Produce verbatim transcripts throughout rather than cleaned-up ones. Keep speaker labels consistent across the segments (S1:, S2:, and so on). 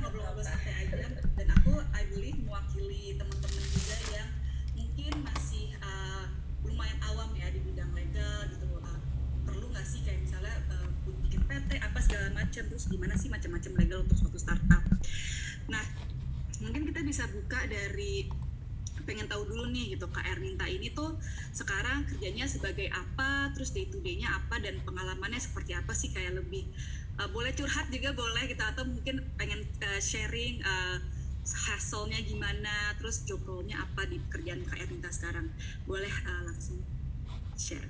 S1: ngobrol-ngobrol santai aja, dan aku I believe mewakili teman-teman juga yang mungkin masih uh, lumayan awam ya di bidang legal gitu. Uh, perlu nggak sih kayak misalnya uh, bikin P T apa segala macam, terus gimana sih macam-macam legal untuk suatu startup. Nah, mungkin kita bisa buka dari pengen tahu dulu nih gitu, Kak Ernita ini tuh sekarang kerjanya sebagai apa, terus day to day-nya apa, dan pengalamannya seperti apa sih, kayak lebih uh, boleh curhat juga boleh gitu, atau mungkin pengen uh, sharing uh, hasilnya gimana, terus job role-nya apa di pekerjaan Kak Ernita sekarang. Boleh uh, langsung share.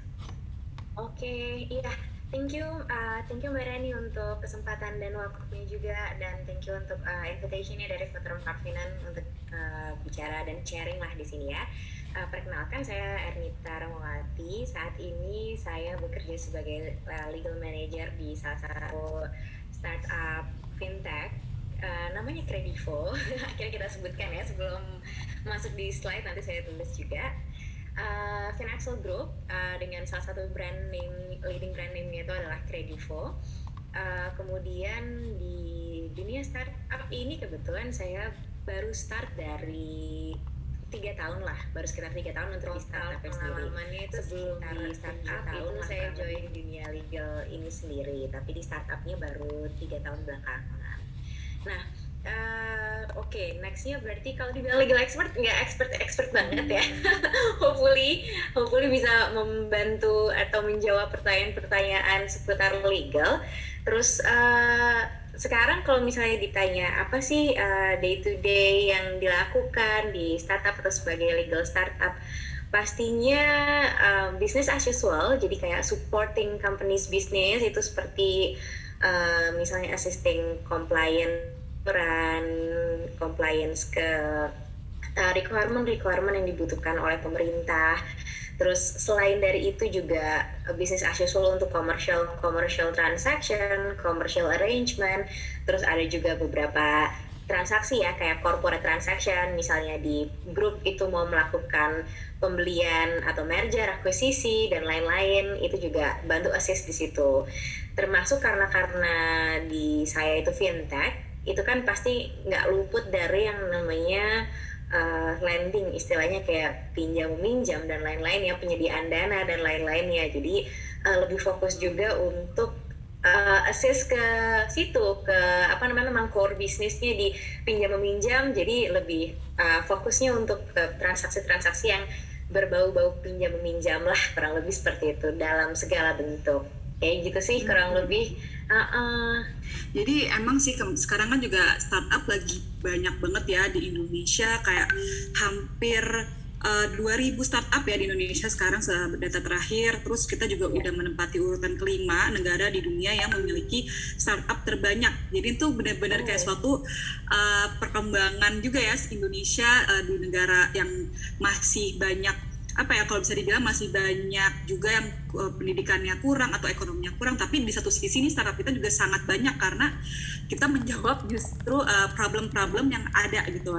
S2: Oke, okay, iya. Thank you, uh, thank you Mbak Rani untuk kesempatan dan waktunya juga, dan thank you untuk uh, invitation-nya dari Veteran Parkfinan untuk uh, bicara dan sharing lah di sini ya. Uh, perkenalkan, saya Ernita Ramawati. Saat ini saya bekerja sebagai uh, legal manager di salah satu startup fintech. Uh, namanya Kredivo. Akhirnya kita sebutkan ya sebelum masuk di slide, nanti saya tulis juga. Uh, Financial Group uh, dengan salah satu brand name, leading brand name-nya itu adalah Kredivo. Uh, kemudian di dunia startup ini kebetulan saya baru start dari tiga tahun lah, baru sekitar tiga tahun untuk di startup sendiri. Pengalamannya itu sebelum di startup tahun itu saya join dunia legal ini sendiri, tapi di startupnya baru tiga tahun belakangan. Nah, Uh, oke, okay, nextnya berarti kalau dibilang legal expert, nggak expert-expert banget ya. hopefully, hopefully bisa membantu atau menjawab pertanyaan-pertanyaan seputar legal. Terus uh, sekarang kalau misalnya ditanya apa sih uh, day to day yang dilakukan di startup atau sebagai legal startup, pastinya uh, business as usual. Jadi kayak supporting companies business itu seperti uh, misalnya assisting compliance, peran compliance ke uh, requirement-requirement yang dibutuhkan oleh pemerintah. Terus selain dari itu juga uh, business as usual untuk commercial commercial transaction, commercial arrangement. Terus ada juga beberapa transaksi ya, kayak corporate transaction, misalnya di grup itu mau melakukan pembelian atau merger, akuisisi dan lain-lain, itu juga bantu assist di situ. Termasuk karena karena di saya itu fintech, itu kan pasti nggak luput dari yang namanya uh, lending, istilahnya kayak pinjam meminjam dan lain-lain ya, penyediaan dana dan lain-lain ya. Jadi uh, lebih fokus juga untuk uh, assist ke situ, ke apa namanya memang core bisnisnya di pinjam meminjam. Jadi lebih uh, fokusnya untuk uh, transaksi-transaksi yang berbau-bau pinjam meminjam lah, kurang lebih seperti itu dalam segala bentuk. Kayak gitu sih kurang hmm. lebih. Uh-uh.
S1: Jadi emang sih ke- sekarang kan juga startup lagi banyak banget ya di Indonesia, kayak hampir uh, dua ribu startup ya di Indonesia sekarang data terakhir. Terus kita juga yeah. udah menempati urutan kelima negara di dunia yang memiliki startup terbanyak. Jadi itu benar-benar oh. kayak suatu uh, perkembangan juga ya Indonesia uh, di negara yang masih banyak apa ya, kalau bisa dibilang masih banyak juga yang uh, pendidikannya kurang atau ekonominya kurang, tapi di satu sisi ini startup kita juga sangat banyak karena kita menjawab justru uh, problem-problem yang ada gitu,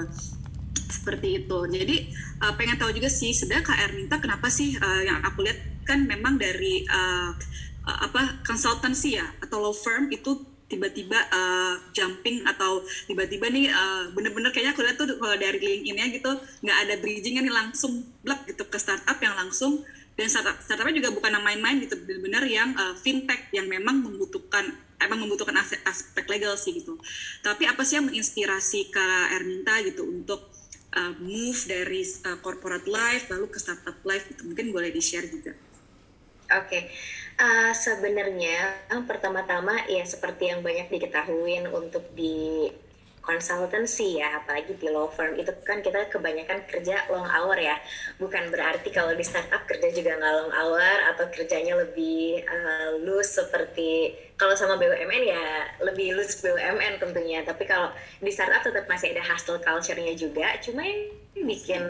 S1: seperti itu. Jadi uh, pengen tahu juga sih sebenarnya Kak Ernita kenapa sih uh, yang aku lihat kan memang dari uh, uh, apa consultancy ya atau law firm itu tiba-tiba uh, jumping atau tiba-tiba nih uh, bener-bener kayaknya aku lihat tuh kalau dari LinkedIn-nya gitu nggak ada bridging-nya nih, langsung blak gitu ke startup yang langsung, dan startup startupnya juga bukan yang main-main gitu, bener-bener yang uh, fintech yang memang membutuhkan emang membutuhkan aspek, aspek legal sih gitu. Tapi apa sih yang menginspirasi Kak Ernita gitu untuk uh, move dari uh, corporate life lalu ke startup life gitu, mungkin boleh di-share juga.
S2: Oke, okay. uh, sebenarnya pertama-tama ya seperti yang banyak diketahui untuk di consultancy ya, apalagi di law firm itu kan kita kebanyakan kerja long hour ya. Bukan berarti kalau di startup kerja juga nggak long hour atau kerjanya lebih uh, loose seperti kalau sama B U M N ya lebih loose B U M N tentunya. Tapi kalau di startup tetap masih ada hustle culture-nya juga. Cuma yang bikin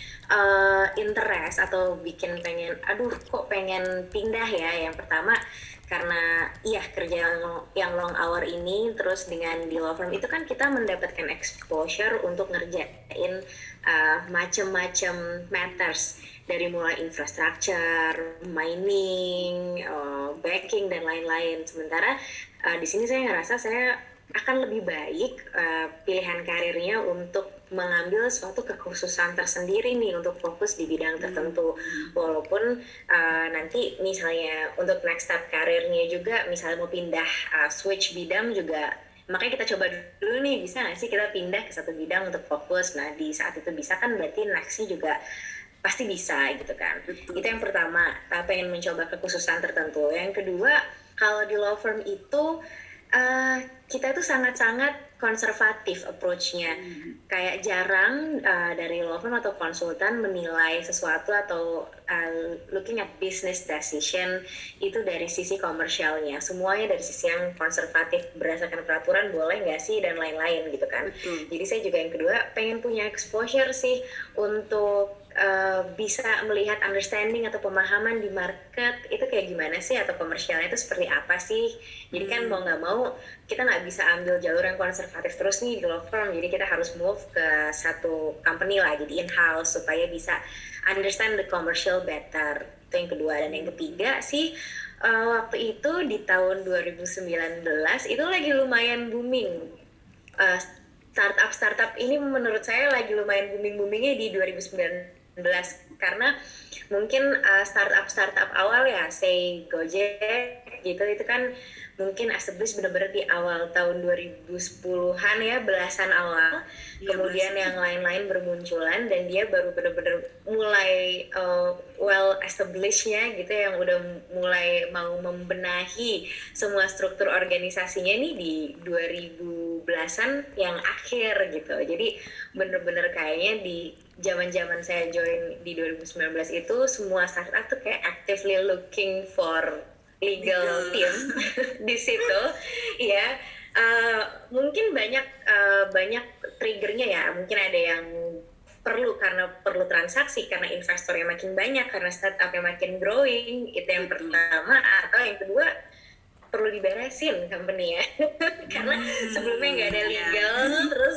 S2: Uh, interest atau bikin pengen, aduh kok pengen pindah ya, yang pertama karena iya kerja yang, yang long hour ini, terus dengan di law firm itu kan kita mendapatkan exposure untuk ngerjain uh, macam-macam matters, dari mulai infrastructure, mining, uh, banking dan lain-lain. Sementara uh, di sini saya ngerasa saya akan lebih baik uh, pilihan karirnya untuk mengambil suatu kekhususan tersendiri nih untuk fokus di bidang tertentu. Walaupun uh, nanti misalnya untuk next step karirnya juga misalnya mau pindah uh, switch bidang juga, makanya kita coba dulu nih bisa nggak sih kita pindah ke satu bidang untuk fokus. Nah di saat itu bisa kan berarti nextnya juga pasti bisa gitu kan. Betul. Itu yang pertama, pengen mencoba kekhususan tertentu. Yang kedua, kalau di law firm itu uh, kita tuh sangat-sangat konservatif approach-nya. Hmm. Kayak jarang uh, dari law firm atau konsultan menilai sesuatu atau uh, looking at business decision itu dari sisi komersialnya. Semuanya dari sisi yang konservatif, berdasarkan peraturan boleh nggak sih dan lain-lain gitu kan. Hmm. Jadi saya juga yang kedua pengen punya exposure sih untuk Uh, bisa melihat understanding atau pemahaman di market itu kayak gimana sih, atau komersialnya itu seperti apa sih. Jadi kan hmm. mau nggak mau kita nggak bisa ambil jalur yang konservatif terus nih di law firm, jadi kita harus move ke satu company lah, jadi in-house supaya bisa understand the commercial better. Itu yang kedua. Dan yang ketiga sih uh, waktu itu di tahun dua ribu sembilan belas itu lagi lumayan booming uh, startup-startup ini, menurut saya lagi lumayan booming-boomingnya di dua ribu sembilan belas karena mungkin uh, startup-startup awal ya, say Gojek gitu, itu kan mungkin established benar-benar di awal tahun dua ribu sepuluhan ya, belasan awal. Ya, kemudian yang lain-lain bermunculan dan dia baru benar-benar mulai uh, well established-nya gitu, yang udah mulai mau membenahi semua struktur organisasinya nih di dua ribu belasan yang akhir gitu. Jadi bener-bener kayaknya di zaman-zaman saya join di dua ribu sembilan belas itu semua startup tuh kayak actively looking for legal team di situ ya. Uh, mungkin banyak uh, banyak triggernya ya, mungkin ada yang perlu karena perlu transaksi, karena investornya makin banyak, karena startupnya makin growing, itu yang pertama. Atau yang kedua perlu diberesin company ya karena sebelumnya nggak ada legal, terus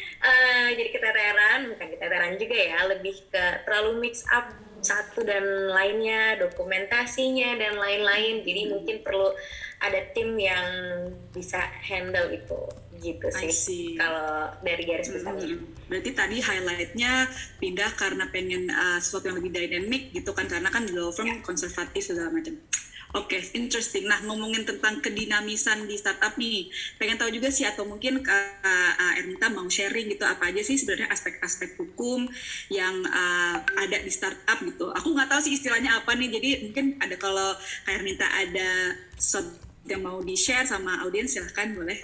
S2: uh, jadi keteteran, bukan keteteran juga ya, lebih ke terlalu mix up satu dan lainnya, dokumentasinya dan lain-lain. Jadi mungkin perlu ada tim yang bisa handle itu gitu sih kalau dari garis besarnya.
S1: Hmm. Berarti tadi highlightnya pindah karena pengen uh, sesuatu yang lebih dynamic gitu kan, karena kan di law firm yeah. konservatif segala macam. Oke, okay, interesting. Nah, ngomongin tentang kedinamisan di startup nih, pengen tahu juga sih, atau mungkin uh, Ernita mau sharing gitu, apa aja sih sebenarnya aspek-aspek hukum yang uh, ada di startup gitu. Aku nggak tahu sih istilahnya apa nih, jadi mungkin ada, kalau kayak Ernita ada sesuatu yang mau di-share sama audiens, silahkan boleh.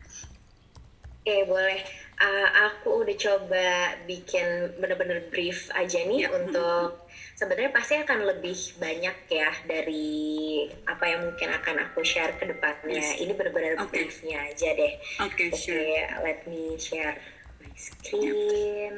S2: Oke, okay, boleh. Uh, aku udah coba bikin bener-bener brief aja nih ya. Untuk sebenarnya pasti akan lebih banyak ya dari apa yang mungkin akan aku share ke depannya. Yes. Ini bener-bener okay. briefnya aja deh.
S1: Oke, okay, okay,
S2: sure. Let me share my screen.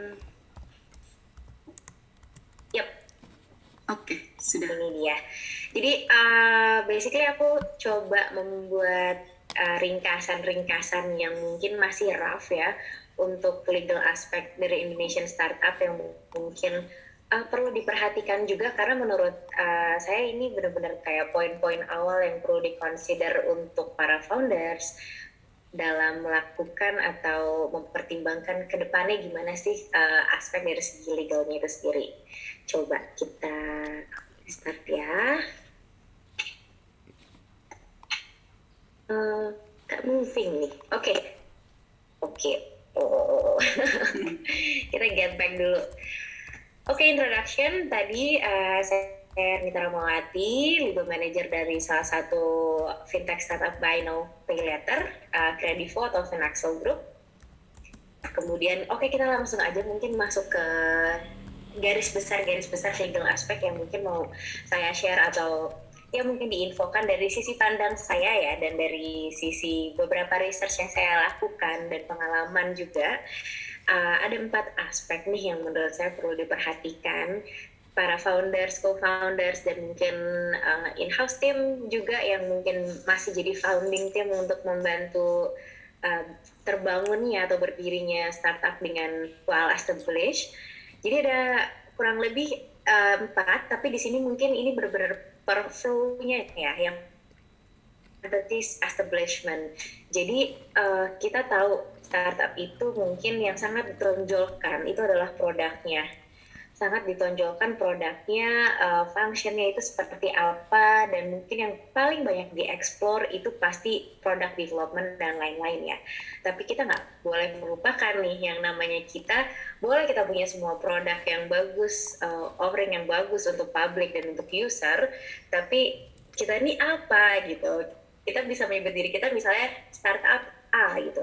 S2: Yep.
S1: Oke, okay, sudah.
S2: Ini dia. Jadi uh, basically aku coba membuat uh, ringkasan-ringkasan yang mungkin masih rough ya, untuk legal aspek dari Indonesian startup yang mungkin uh, perlu diperhatikan juga, karena menurut uh, saya ini benar-benar kayak poin-poin awal yang perlu diconsider untuk para founders dalam melakukan atau mempertimbangkan ke depannya gimana sih uh, aspek dari segi legalnya itu sendiri. Coba kita start ya. Uh, gak moving nih. Oke. Okay. Oke. Okay. Oh, kita get back dulu. Oke, okay, introduction. Tadi uh, saya Ernita Ramawati, legal manager dari salah satu fintech startup Buy Now Pay Later, uh, Kredivo atau Finaxel Group. Kemudian, oke okay, kita langsung aja mungkin masuk ke garis besar garis besar legal aspek yang mungkin mau saya share atau ya mungkin diinfokan dari sisi pandang saya ya, dan dari sisi beberapa research yang saya lakukan dan pengalaman juga. Uh, ada empat aspek nih yang menurut saya perlu diperhatikan para founders, co-founders, dan mungkin uh, in-house team juga yang mungkin masih jadi founding team untuk membantu uh, terbangunnya atau berdirinya startup dengan well established. Jadi ada kurang lebih uh, empat, tapi di sini mungkin ini benar-benar per flow-nya ya, yang entities establishment. Jadi uh, kita tahu startup itu mungkin yang sangat ditonjolkan itu adalah produknya. Sangat ditonjolkan produknya, uh, functionnya itu seperti apa, dan mungkin yang paling banyak dieksplor itu pasti product development dan lain-lain ya. Tapi kita nggak boleh melupakan nih yang namanya kita, boleh kita punya semua produk yang bagus, uh, offering yang bagus untuk public dan untuk user, tapi kita ini apa gitu. Kita bisa menyebut diri kita misalnya startup A gitu.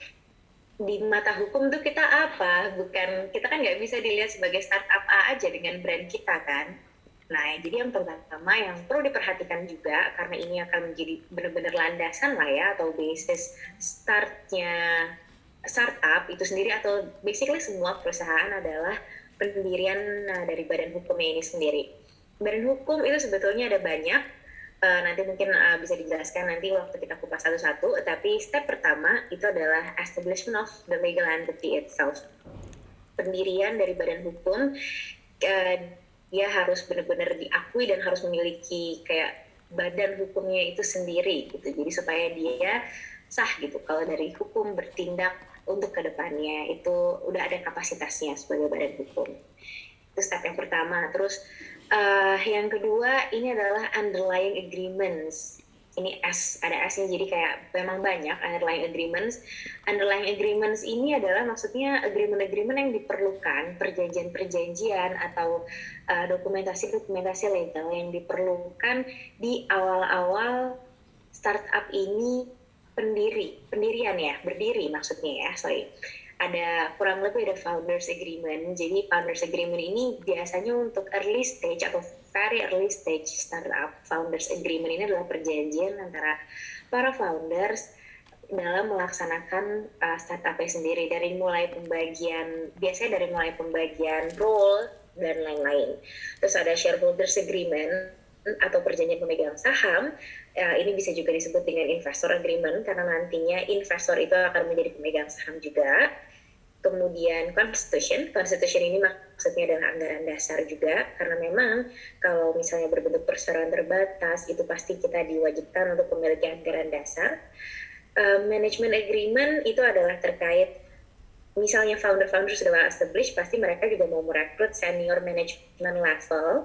S2: Di mata hukum tuh kita apa? Bukan, kita kan nggak bisa dilihat sebagai startup A aja dengan brand kita kan. Nah, jadi yang pertama yang perlu diperhatikan juga, karena ini akan menjadi benar-benar landasan lah ya, atau basis startnya startup itu sendiri, atau basically semua perusahaan adalah pendirian nah, dari badan hukumnya ini sendiri. Badan hukum itu sebetulnya ada banyak, Uh, nanti mungkin uh, bisa dijelaskan nanti waktu kita kupas satu-satu, tapi step pertama itu adalah establishment of the legal entity itself. Pendirian dari badan hukum, uh, dia harus benar-benar diakui dan harus memiliki kayak badan hukumnya itu sendiri gitu, jadi supaya dia sah gitu kalau dari hukum bertindak untuk kedepannya itu udah ada kapasitasnya sebagai badan hukum. Itu step yang pertama. Terus Uh, yang kedua ini adalah underlying agreements. Ini S, ada S-nya, jadi kayak memang banyak underlying agreements. Underlying agreements ini adalah maksudnya agreement-agreement yang diperlukan, perjanjian-perjanjian atau uh, dokumentasi-dokumentasi legal yang diperlukan di awal-awal startup ini pendiri, pendirian ya, berdiri maksudnya ya, sorry. Ada kurang lebih ada founders agreement. Jadi founders agreement ini biasanya untuk early stage atau very early stage startup. Founders agreement ini adalah perjanjian antara para founders dalam melaksanakan uh, startupnya sendiri, dari mulai pembagian, biasanya dari mulai pembagian role dan lain-lain. Terus ada shareholders agreement atau perjanjian pemegang saham. Uh, ini bisa juga disebut dengan investor agreement karena nantinya investor itu akan menjadi pemegang saham juga. Kemudian constitution, constitution ini maksudnya adalah anggaran dasar juga, karena memang kalau misalnya berbentuk perseroan terbatas itu pasti kita diwajibkan untuk memiliki anggaran dasar. Uh, management agreement itu adalah terkait misalnya founder-founder sudah established, pasti mereka juga mau merekrut senior management level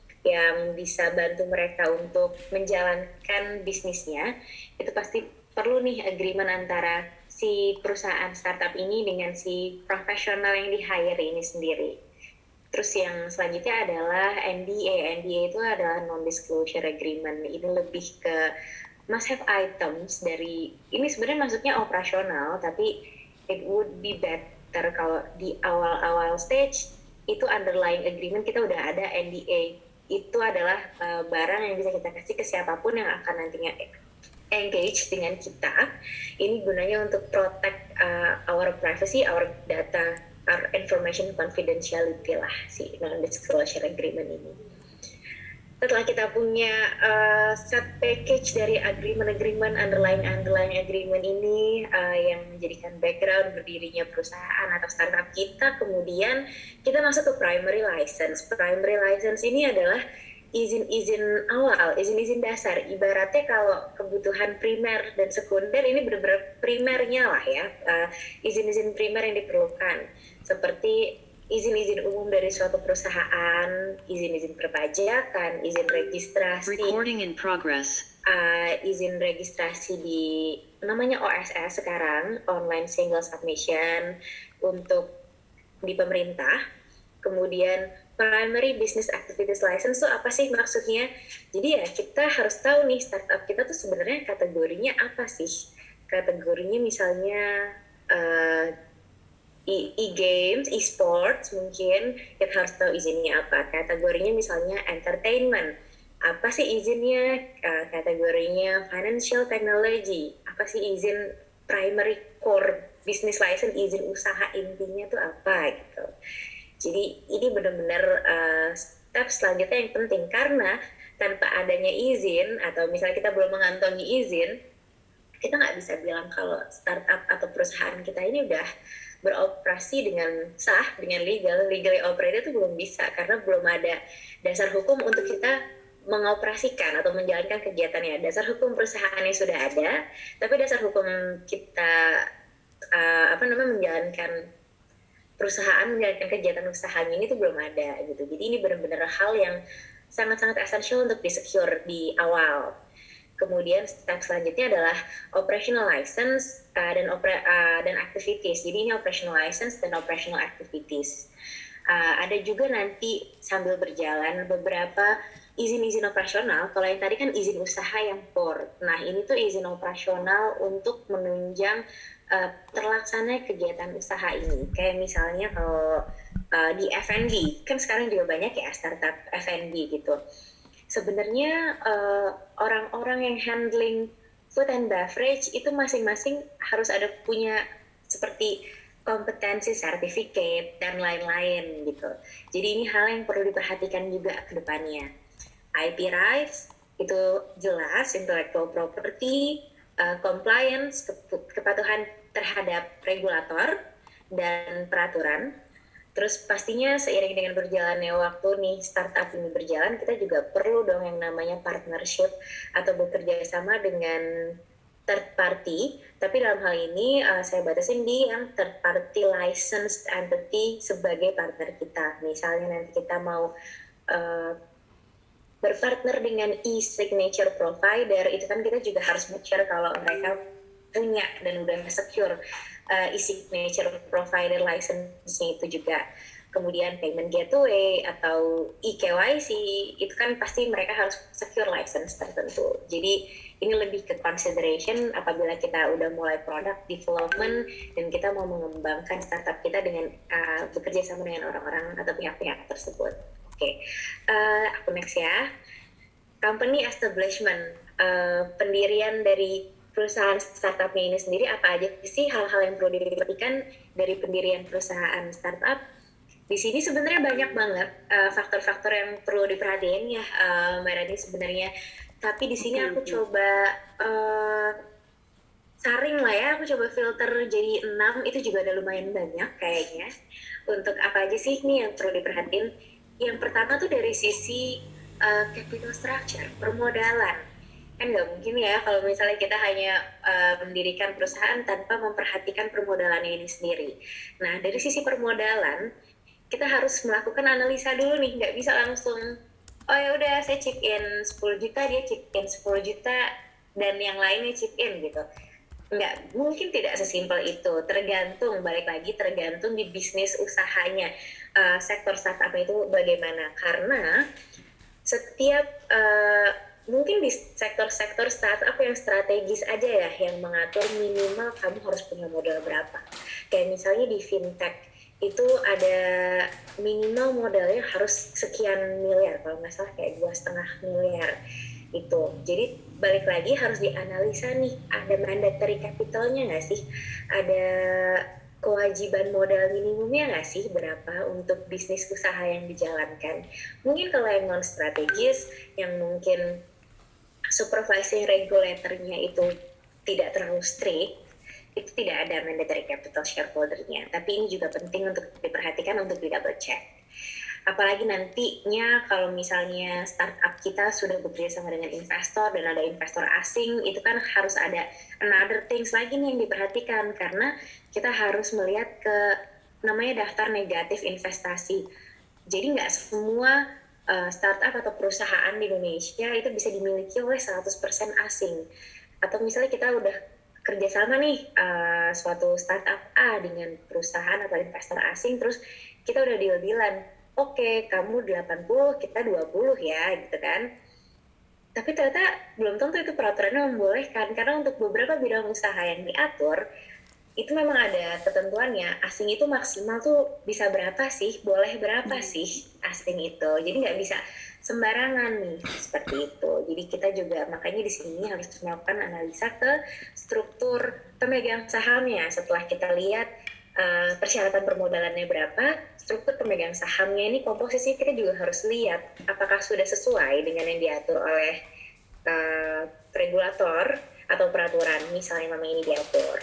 S2: yang bisa bantu mereka untuk menjalankan bisnisnya. Itu pasti perlu nih agreement antara si perusahaan startup ini dengan si profesional yang di-hire ini sendiri. Terus yang selanjutnya adalah N D A. N D A itu adalah non-disclosure agreement. Ini lebih ke must-have items dari, ini sebenarnya maksudnya operasional, tapi it would be better kalau di awal-awal stage itu underlying agreement kita udah ada N D A. Itu adalah uh, barang yang bisa kita kasih ke siapapun yang akan nantinya engage dengan kita. Ini gunanya untuk protect uh, our privacy, our data, our information confidentiality lah, si non-disclosure agreement ini. Setelah kita punya uh, set package dari agreement-agreement, underlying-underlying agreement ini uh, yang menjadikan background berdirinya perusahaan atau startup kita, kemudian kita masuk ke primary license. Primary license ini adalah izin-izin awal, izin-izin dasar. Ibaratnya kalau kebutuhan primer dan sekunder ini benar-benar primernya lah ya, uh, izin-izin primer yang diperlukan. Seperti izin-izin umum dari suatu perusahaan, izin-izin perpajakan, izin registrasi.
S3: Recording in progress.
S2: Uh, izin registrasi di namanya O S S sekarang, online single submission untuk di pemerintah. Kemudian primary business activities license itu apa sih maksudnya? Jadi ya kita harus tahu nih startup kita tuh sebenarnya kategorinya apa sih? Kategorinya misalnya uh, e-games, e-sports mungkin kita harus tahu izinnya apa. Kategorinya misalnya entertainment, apa sih izinnya? Uh, kategorinya financial technology, apa sih izin primary core business license, izin usaha intinya tuh apa gitu. Jadi ini benar-benar uh, step selanjutnya yang penting, karena tanpa adanya izin atau misalnya kita belum mengantongi izin, kita nggak bisa bilang kalau startup atau perusahaan kita ini udah beroperasi dengan sah, dengan legal, legally operated itu belum bisa, karena belum ada dasar hukum untuk kita mengoperasikan atau menjalankan kegiatannya. Dasar hukum perusahaannya sudah ada, tapi dasar hukum kita uh, apa namanya menjalankan perusahaan menjalankan kegiatan usahanya ini tuh belum ada gitu. Jadi ini benar-benar hal yang sangat-sangat esensial untuk di-secure di awal. Kemudian step selanjutnya adalah operational license uh, dan opera, uh, dan activities. Jadi ini operational license dan operational activities. Uh, ada juga nanti sambil berjalan beberapa izin-izin operasional. Kalau yang tadi kan izin usaha yang core. Nah ini tuh izin operasional untuk menunjang uh, terlaksana kegiatan usaha ini. Kayak misalnya kalau uh, di F and B, kan sekarang juga banyak ya startup F and B gitu. Sebenarnya uh, orang-orang yang handling food and beverage itu masing-masing harus ada punya seperti kompetensi, sertifikat, dan lain-lain gitu. Jadi ini hal yang perlu diperhatikan juga ke depannya. I P rights itu jelas, intellectual property, uh, compliance, kepatuhan terhadap regulator dan peraturan. Terus pastinya seiring dengan berjalannya waktu nih startup ini berjalan, kita juga perlu dong yang namanya partnership atau bekerja sama dengan third party. Tapi dalam hal ini uh, saya batasin di yang third party licensed entity sebagai partner kita. Misalnya nanti kita mau uh, berpartner dengan e-signature provider, itu kan kita juga harus make sure kalau mereka punya dan udah secure uh, e-signature provider license-nya itu juga. Kemudian payment gateway atau e-K Y C itu kan pasti mereka harus secure license tertentu. Jadi ini lebih ke consideration apabila kita udah mulai product development dan kita mau mengembangkan startup kita dengan uh, bekerja sama dengan orang-orang atau pihak-pihak tersebut. Oke, okay. uh, aku next ya. Company establishment, uh, pendirian dari perusahaan startupnya ini sendiri, apa aja sih hal-hal yang perlu diperhatikan dari pendirian perusahaan startup? Di sini sebenarnya banyak banget uh, faktor-faktor yang perlu diperhatiin ya, uh, Mbak Rani sebenarnya. Tapi di sini aku coba uh, saring lah ya, aku coba filter jadi enam, itu juga ada lumayan banyak kayaknya. Untuk apa aja sih nih yang perlu diperhatiin? Yang pertama tuh dari sisi uh, capital structure, permodalan. Kan nggak mungkin ya kalau misalnya kita hanya uh, mendirikan perusahaan tanpa memperhatikan permodalannya ini sendiri. Nah dari sisi permodalan kita harus melakukan analisa dulu nih, nggak bisa langsung oh ya udah saya chip in sepuluh juta, dia chip in sepuluh juta dan yang lainnya chip in gitu. Nggak mungkin, tidak sesimpel itu, tergantung, balik lagi tergantung di bisnis usahanya, uh, sektor startup itu bagaimana, karena setiap uh, mungkin di sektor-sektor startup yang strategis aja ya yang mengatur minimal kamu harus punya modal berapa. Kayak misalnya di fintech itu ada minimal modalnya harus sekian miliar, kalau nggak salah kayak dua setengah miliar itu. Jadi balik lagi harus dianalisa nih, ada mandatory capitalnya nggak sih, ada kewajiban modal minimumnya nggak sih berapa untuk bisnis usaha yang dijalankan. Mungkin kalau yang non strategis yang mungkin supervising regulatornya itu tidak terlalu strict, itu tidak ada mandatory capital shareholder-nya. Tapi ini juga penting untuk diperhatikan, untuk di double check. Apalagi nantinya kalau misalnya startup kita sudah bekerja sama dengan investor dan ada investor asing, itu kan harus ada another things lagi nih yang diperhatikan, karena kita harus melihat ke namanya daftar negatif investasi. Jadi nggak semua Uh, startup atau perusahaan di Indonesia itu bisa dimiliki oleh seratus persen asing. Atau misalnya kita udah kerjasama nih uh, suatu startup A dengan perusahaan atau investor asing, terus kita udah deal-dealan, oke okay, kamu delapan puluh, kita dua puluh ya gitu kan. Tapi ternyata belum tentu itu peraturannya membolehkan, karena untuk beberapa bidang usaha yang diatur itu memang ada ketentuannya, asing itu maksimal tuh bisa berapa sih, boleh berapa hmm. sih asing itu, jadi nggak bisa sembarangan nih seperti itu. Jadi kita juga makanya di sini harus melakukan analisa ke struktur pemegang sahamnya. Setelah kita lihat uh, persyaratan permodalannya berapa, struktur pemegang sahamnya ini komposisi kita juga harus lihat apakah sudah sesuai dengan yang diatur oleh uh, regulator atau peraturan misalnya memang ini diatur.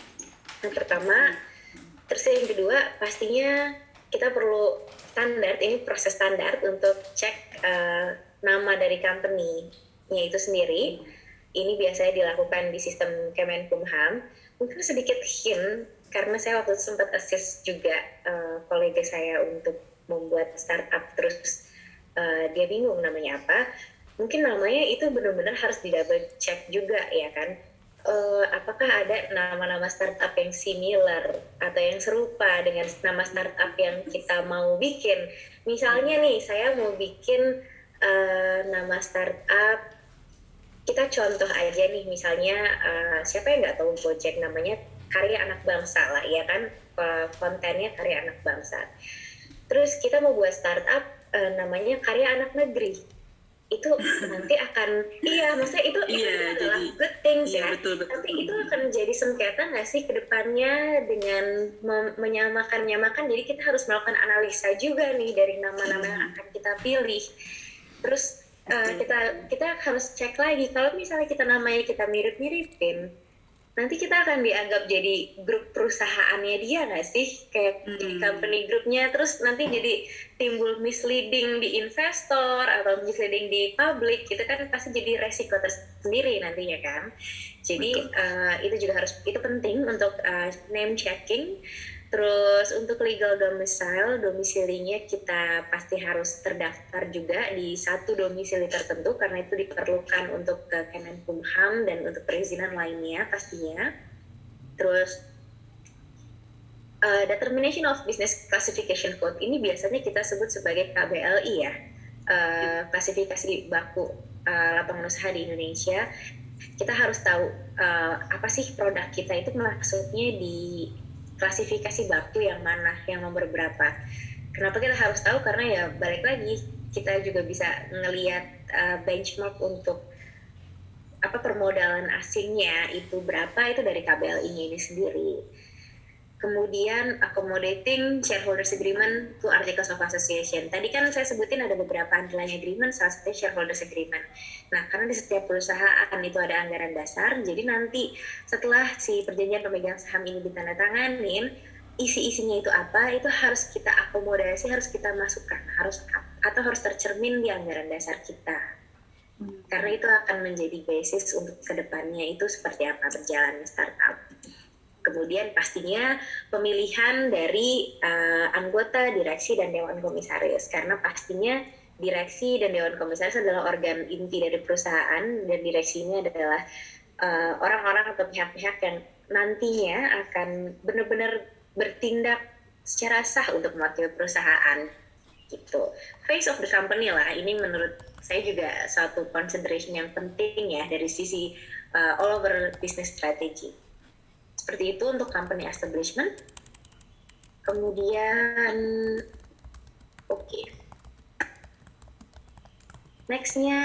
S2: Yang pertama, terus yang kedua pastinya kita perlu standar, ini proses standar untuk cek uh, nama dari company-nya itu sendiri. Ini biasanya dilakukan di sistem Kemenkumham. Mungkin sedikit hint, karena saya waktu itu sempat assist juga uh, kolega saya untuk membuat startup, terus uh, dia bingung namanya apa. Mungkin namanya itu benar-benar harus di double check juga ya kan. Uh, apakah ada nama-nama startup yang similar atau yang serupa dengan nama startup yang kita mau bikin. Misalnya nih, saya mau bikin uh, nama startup, kita contoh aja nih, misalnya uh, siapa yang nggak tahu Gojek, namanya Karya Anak Bangsa lah, ya kan, uh, kontennya Karya Anak Bangsa. Terus kita mau buat startup uh, namanya Karya Anak Negeri, itu nanti akan, iya maksudnya itu, itu
S1: iya,
S2: adalah
S1: jadi,
S2: good things
S1: iya,
S2: ya,
S1: betul, betul.
S2: tapi itu akan jadi sengketa nggak sih ke depannya dengan mem- menyamakan-nyamakan, jadi kita harus melakukan analisa juga nih dari nama-nama yang akan kita pilih. Terus Uh, kita kita harus cek lagi, kalau misalnya kita namanya kita mirip-miripin, nanti kita akan dianggap jadi grup perusahaannya dia nggak sih, kayak hmm. jadi company grupnya, terus nanti jadi timbul misleading di investor atau misleading di publik, gitu kan pasti jadi resiko tersendiri nantinya kan. Jadi uh, itu juga harus, itu penting untuk uh, name checking. Terus untuk legal domicile, domisilinya kita pasti harus terdaftar juga di satu domisili tertentu, karena itu diperlukan untuk ke Kemenkumham dan untuk perizinan lainnya pastinya. Terus uh, Determination of Business Classification Code ini biasanya kita sebut sebagai K B L I ya, uh, klasifikasi baku uh, lapangan usaha di Indonesia. Kita harus tahu uh, apa sih produk kita itu maksudnya di klasifikasi baku yang mana, yang nomor berapa. Kenapa kita harus tahu? Karena ya balik lagi, kita juga bisa ngelihat uh, benchmark untuk apa permodalan asingnya itu berapa, itu dari K B L I-nya ini sendiri. Kemudian accommodating shareholders agreement to articles of association. Tadi kan saya sebutin ada beberapa underlying agreement, salah satunya shareholders agreement. Nah, karena di setiap perusahaan itu ada anggaran dasar, jadi nanti setelah si perjanjian pemegang saham ini ditandatanganin, isi-isinya itu apa, itu harus kita akomodasi, harus kita masukkan, harus atau harus tercermin di anggaran dasar kita. Karena itu akan menjadi basis untuk kedepannya itu seperti apa berjalannya startup. Kemudian pastinya pemilihan dari uh, anggota direksi dan dewan komisaris, karena pastinya direksi dan dewan komisaris adalah organ inti dari perusahaan, dan direksi ini adalah uh, orang-orang atau pihak-pihak yang nantinya akan benar-benar bertindak secara sah untuk mewakili perusahaan gitu. Face of the company lah, ini menurut saya juga satu consideration yang penting ya dari sisi uh, all over business strategy. Seperti itu untuk company establishment. Kemudian oke okay. Nextnya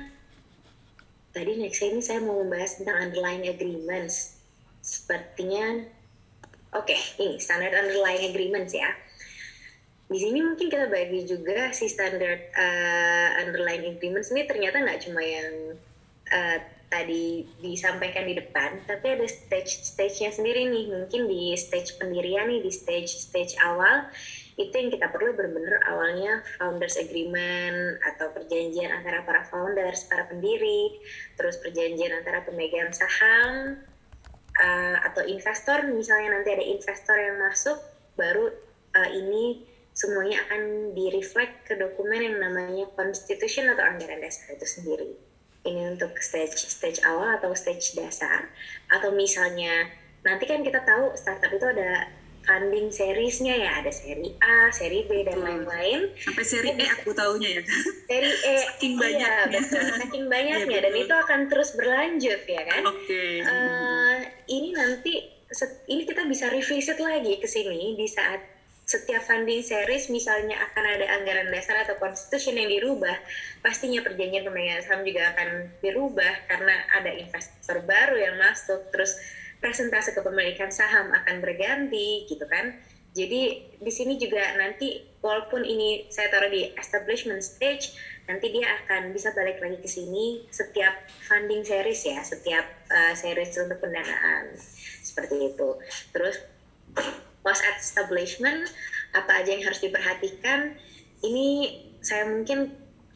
S2: tadi next ini saya mau membahas tentang underlying agreements. Sepertinya oke okay, ini standard underlying agreements ya. Di sini mungkin kita bagi juga si standard uh, underlying agreements ini ternyata nggak cuma yang uh, tadi disampaikan di depan, tapi ada stage-stage-nya sendiri nih. Mungkin di stage pendirian nih, di stage-stage awal, itu yang kita perlu benar-benar awalnya founders agreement atau perjanjian antara para founders, para pendiri, terus perjanjian antara pemegang saham uh, atau investor, misalnya nanti ada investor yang masuk, baru uh, ini semuanya akan direflect ke dokumen yang namanya constitution atau anggaran dasar itu sendiri. Ini untuk stage stage awal atau stage dasar. Atau misalnya nanti kan kita tahu startup itu ada funding seriesnya ya, ada seri A, seri B dan lain-lain.
S1: Sampai seri E aku taunya ya.
S2: Seri E,
S1: saking
S2: iya,
S1: banyaknya.
S2: betul, saking banyaknya
S1: ya,
S2: dan itu akan terus berlanjut ya kan.
S1: Oke. Okay.
S2: Uh, ini nanti ini kita bisa revisit lagi ke sini di saat setiap funding series misalnya akan ada anggaran dasar atau constitution yang dirubah, pastinya perjanjian pemegang saham juga akan dirubah karena ada investor baru yang masuk, terus presentase kepemilikan saham akan berganti gitu kan. Jadi di sini juga nanti walaupun ini saya taruh di establishment stage, nanti dia akan bisa balik lagi ke sini setiap funding series ya, setiap uh, series untuk pendanaan seperti itu. Terus post establishment apa aja yang harus diperhatikan, ini saya mungkin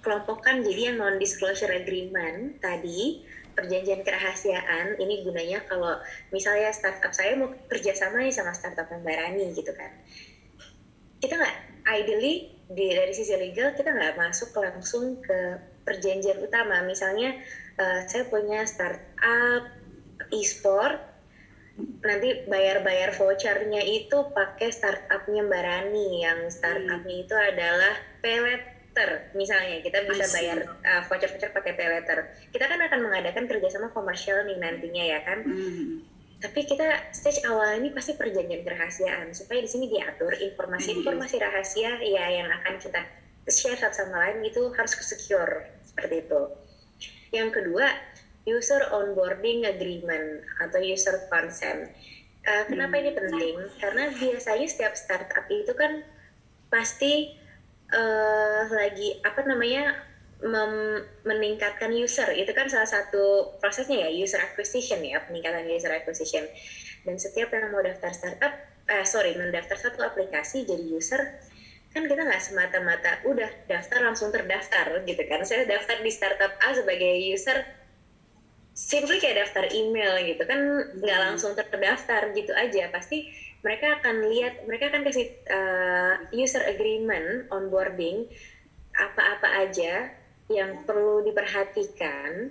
S2: kelompokkan jadi yang non-disclosure agreement tadi, perjanjian kerahasiaan, ini gunanya kalau misalnya startup saya mau kerjasama nih sama startup yang Barani gitu kan. Kita nggak, ideally di, dari sisi legal kita nggak masuk langsung ke perjanjian utama. Misalnya uh, saya punya startup e-sport, nanti bayar-bayar vouchernya itu pakai startupnya Mbak Rani, yang startupnya itu adalah pay letter. Misalnya kita bisa bayar uh, voucher-voucher pakai pay letter. Kita kan akan mengadakan kerjasama komersial nih nantinya ya kan. Mm. Tapi kita stage awal ini pasti perjanjian kerahasiaan supaya di sini diatur informasi-informasi rahasia ya yang akan kita share satu sama lain itu harus secure seperti itu. Yang kedua, user onboarding agreement atau user consent. Uh, kenapa hmm. ini penting? Karena biasanya setiap startup itu kan pasti uh, lagi apa namanya mem- meningkatkan user. Itu kan salah satu prosesnya ya, user acquisition ya, peningkatan user acquisition. Dan setiap yang mau daftar startup, uh, sorry, mendaftar satu aplikasi jadi user, kan kita nggak semata-mata udah daftar langsung terdaftar gitu kan. Saya daftar di startup A sebagai user, simply kayak daftar email gitu kan, nggak langsung terdaftar gitu aja. Pasti mereka akan lihat, mereka akan kasih uh, user agreement onboarding apa-apa aja yang perlu diperhatikan,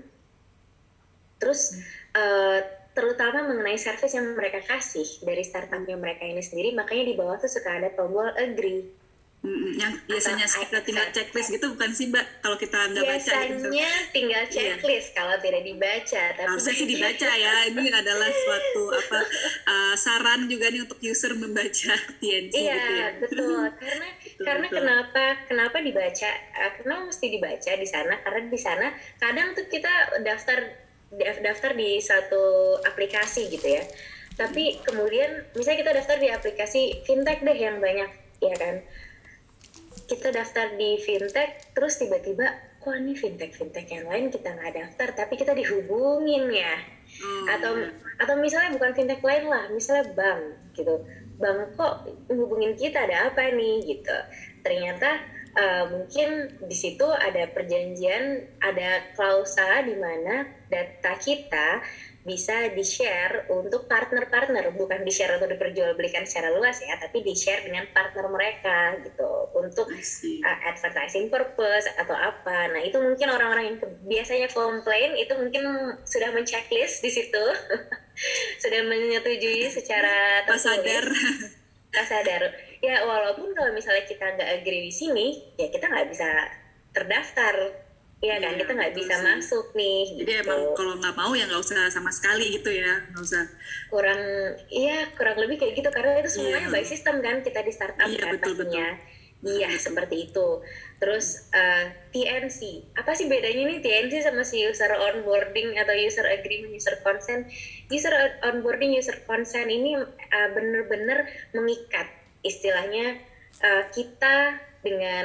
S2: terus uh, terutama mengenai service yang mereka kasih dari startupnya mereka ini sendiri. Makanya di bawah tuh suka ada tombol agree.
S1: Mm, yang biasanya kita tinggal checklist gitu bukan sih Mbak, kalau kita nggak baca
S2: biasanya gitu. Tinggal checklist iya. Kalau tidak dibaca, tapi
S1: harusnya sih dibaca ya. Ini adalah suatu apa uh, saran juga nih untuk user membaca T N C
S2: iya,
S1: gitu ya.
S2: Betul, karena betul, karena betul. kenapa kenapa dibaca? Uh, kenapa mesti dibaca di sana? Karena di sana kadang tuh kita daftar daftar di satu aplikasi gitu ya. Tapi hmm. kemudian misalnya kita daftar di aplikasi fintech deh yang banyak, ya kan? Kita daftar di fintech, terus tiba-tiba, kok ini fintech-fintech yang lain kita nggak daftar, tapi kita dihubungin ya. Hmm. Atau atau misalnya bukan fintech lain lah, misalnya bank gitu. Bank kok hubungin kita, ada apa nih gitu. Ternyata uh, mungkin di situ ada perjanjian, ada klausa di mana data kita bisa di-share untuk partner-partner, bukan di-share untuk diperjualbelikan secara luas ya, tapi di-share dengan partner mereka gitu, untuk uh, advertising purpose atau apa. Nah itu mungkin orang-orang yang biasanya komplain itu mungkin sudah men-checklist di situ, sudah menyetujui secara
S1: sadar.
S2: sadar. Ya walaupun kalau misalnya kita nggak agree di sini, ya kita nggak bisa terdaftar. Iya kan, ya, kita nggak bisa sih. masuk nih.
S1: Jadi
S2: gitu.
S1: emang kalau nggak mau ya nggak usah sama sekali gitu ya, nggak usah.
S2: Kurang, iya kurang lebih kayak gitu, karena itu semuanya ya. by system kan, kita di startup
S1: ya,
S2: kan
S1: betul,
S2: pastinya.
S1: Betul.
S2: Iya seperti itu. Terus uh, T N C, apa sih bedanya nih T N C sama si user onboarding atau user agreement, user consent? User onboarding, user consent ini uh, benar-benar mengikat, istilahnya uh, kita dengan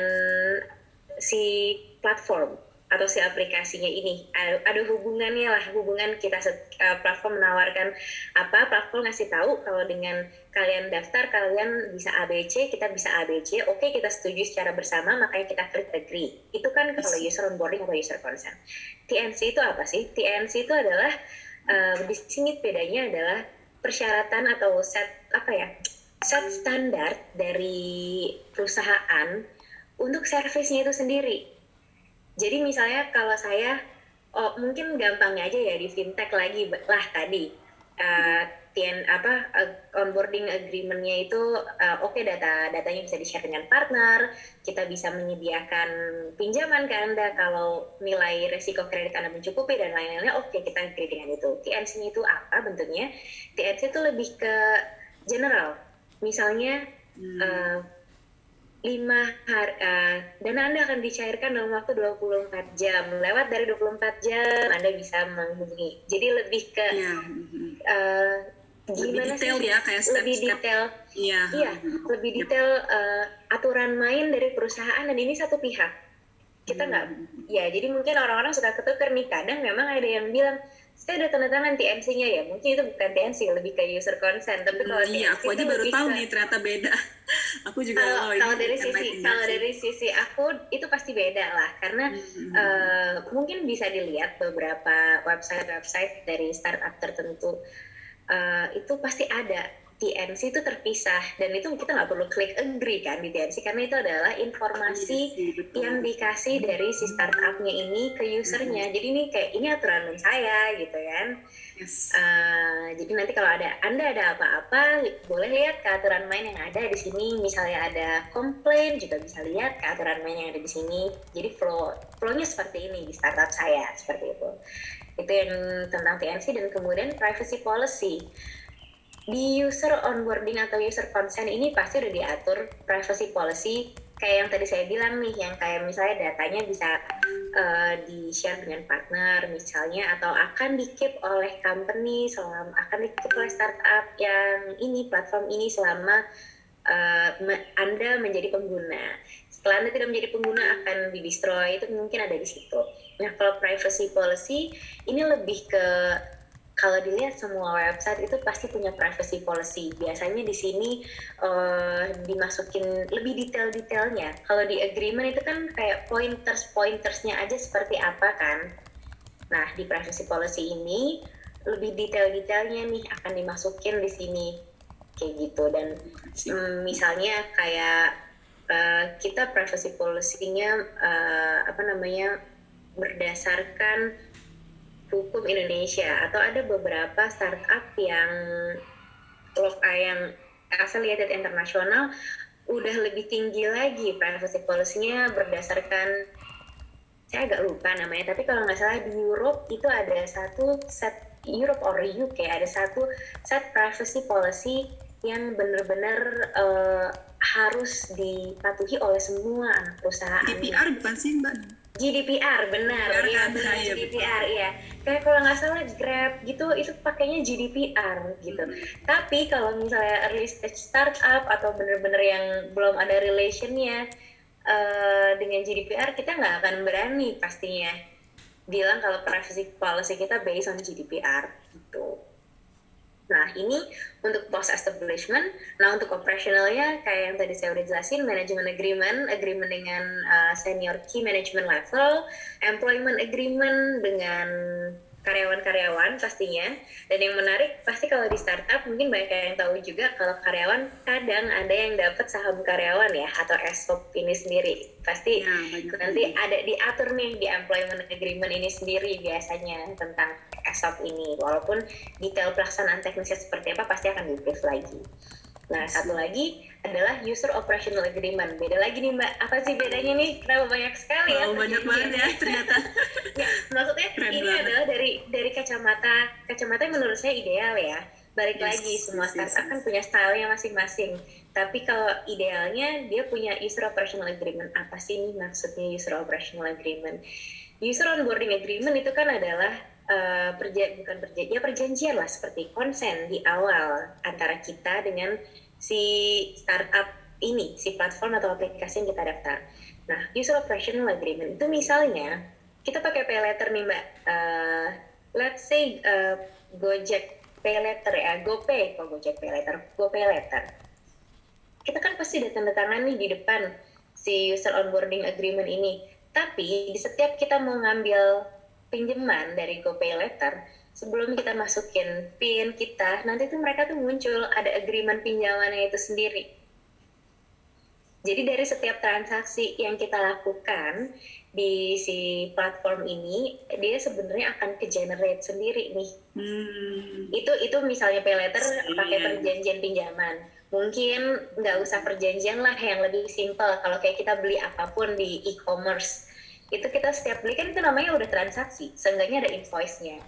S2: si platform atau si aplikasinya ini ada, ada hubungannya lah, hubungan kita uh, platform menawarkan apa, platform ngasih tahu kalau dengan kalian daftar kalian bisa A B C, kita bisa A B C, oke kita setuju secara bersama, makanya kita klik agree. Itu kan kalau user onboarding atau user consent. T N C itu apa sih? T N C itu adalah uh, di sini bedanya adalah persyaratan atau set apa ya, set standar dari perusahaan untuk servisnya itu sendiri. Jadi misalnya kalau saya, oh mungkin gampangnya aja ya di fintech lagi lah tadi, uh, tien apa uh, onboarding agreement-nya itu uh, oke okay, data datanya bisa di-share dengan partner, kita bisa menyediakan pinjaman ke Anda kalau nilai resiko kredit Anda mencukupi dan lain-lainnya, oke okay, kita agree dengan itu. T N C-nya itu apa bentuknya? T N C itu lebih ke general, misalnya hmm. uh, lima hari, uh, dana Anda akan dicairkan dalam waktu dua puluh empat jam. Lewat dari dua puluh empat jam Anda bisa menghubungi. Jadi lebih ke yeah. uh, gimana
S1: lebih detail
S2: sih?
S1: Ya, kayak step-step.
S2: Lebih detail.
S1: Yeah.
S2: Iya, lebih detail uh, aturan main dari perusahaan, dan ini satu pihak. Kita nggak, hmm. ya jadi mungkin orang-orang suka ketukar nih. Kadang memang ada yang bilang, saya udah tanda tangan T N C-nya ya, mungkin itu bukan T N C, lebih ke user consent. Tapi kalau
S1: hmm, iya, aku aja baru tahu ke, nih ternyata beda. Aku juga
S2: Kalau
S1: oh, ini
S2: kalau dari sisi
S1: enlightening
S2: kalau
S1: banget sih.
S2: dari sisi aku itu pasti beda lah karena
S1: Hmm.
S2: eh, mungkin bisa dilihat beberapa website-website dari startup tertentu eh, itu pasti ada T N C itu terpisah dan itu kita nggak perlu klik agree kan di T N C karena itu adalah
S1: Iya
S2: informasi
S1: sih, betul.
S2: yang dikasih dari si startupnya ini ke usernya. Jadi ini kayak ini aturan main saya gitu kan.
S1: Yes.
S2: Uh, jadi nanti kalau ada Anda ada apa-apa boleh lihat ke aturan main yang ada di sini. Misalnya ada komplain juga bisa lihat ke aturan main yang ada di sini. Jadi flow flownya seperti ini di startup saya seperti itu. Itu yang tentang T N C dan kemudian privacy policy. Di user onboarding atau user consent ini pasti udah diatur privacy policy kayak yang tadi saya bilang nih, yang kayak misalnya datanya bisa uh, di-share dengan partner misalnya, atau akan di-keep oleh company selama, akan di-keep oleh startup yang ini, platform ini selama uh, Anda menjadi pengguna. Setelah Anda tidak menjadi pengguna akan di-destroy, itu mungkin ada di situ. Nah, kalau privacy policy ini lebih ke kalau dilihat semua website itu pasti punya privacy policy. Biasanya di sini uh, dimasukin lebih detail-detailnya. Kalau di agreement itu kan kayak pointers-pointersnya aja seperti apa kan. Nah, di privacy policy ini lebih detail-detailnya nih akan dimasukin di sini kayak gitu. Dan um, misalnya kayak uh, kita privacy policy-nya uh, apa namanya berdasarkan hukum Indonesia, atau ada beberapa startup yang yang affiliated internasional udah lebih tinggi lagi privacy policy-nya berdasarkan, saya agak lupa namanya, tapi kalau nggak salah di Europe itu ada satu set, Europe or U K ada satu set privacy policy yang benar-benar uh, harus dipatuhi oleh semua anak perusahaan.
S1: G D P R bukan sih Mbak?
S2: G D P R benar, iya benar G D P R iya. Kayak kalau nggak salah Grab gitu itu pakainya G D P R gitu. Hmm. Tapi kalau misalnya early stage startup atau benar-benar yang belum ada relationnya uh, dengan G D P R, kita nggak akan berani pastinya bilang kalau privacy policy kita based on G D P R gitu. Nah, ini untuk post establishment. Nah, untuk operationalnya kayak yang tadi saya udah jelasin, management agreement, agreement dengan uh, senior key management level, employment agreement dengan karyawan-karyawan pastinya. Dan yang menarik pasti kalau di startup mungkin banyak yang tahu juga kalau karyawan kadang ada yang dapat saham karyawan ya, atau E S O P ini sendiri. Pasti ya, nanti juga ada diatur nih di employment agreement ini sendiri biasanya tentang E S O P ini, walaupun detail pelaksanaan teknisnya seperti apa pasti akan di-brief lagi. Nah, satu lagi adalah user operational agreement. Beda lagi nih Mbak, apa sih bedanya nih? Kenapa banyak sekali ya?
S1: Oh, banyak banget ya ternyata.
S2: Ya, maksudnya Keren ini banget. adalah dari dari kacamata kacamata yang menurut saya ideal ya. Balik yes, lagi, semua startup yes, kan punya stylenya masing-masing. Tapi kalau idealnya dia punya user operational agreement. Apa sih nih maksudnya user operational agreement? User onboarding agreement itu kan adalah Uh, perja bukan perjanjian, ya perjanjian lah seperti konsen di awal antara kita dengan si startup ini, si platform atau aplikasi yang kita daftar. Nah, user operational agreement itu misalnya kita pakai pay letter nih Mbak, uh, let's say uh, Gojek pay letter ya, GoPay, kok Gojek pay letter, GoPay letter. Kita kan pasti ada tanda tangan nih di depan si user onboarding agreement ini. Tapi di setiap kita mau ngambil pinjaman dari GoPay letter, sebelum kita masukin PIN kita, nanti tuh mereka tuh muncul ada agreement pinjamannya itu sendiri. Jadi dari setiap transaksi yang kita lakukan di si platform ini, dia sebenarnya akan ke-generate sendiri nih. Hmm. Itu itu misalnya pay letter pakai perjanjian pinjaman. Mungkin nggak usah perjanjian lah, yang lebih simple. Kalau kayak kita beli apapun di e-commerce, itu kita setiap beli kan itu namanya udah transaksi, seenggaknya ada invoice-nya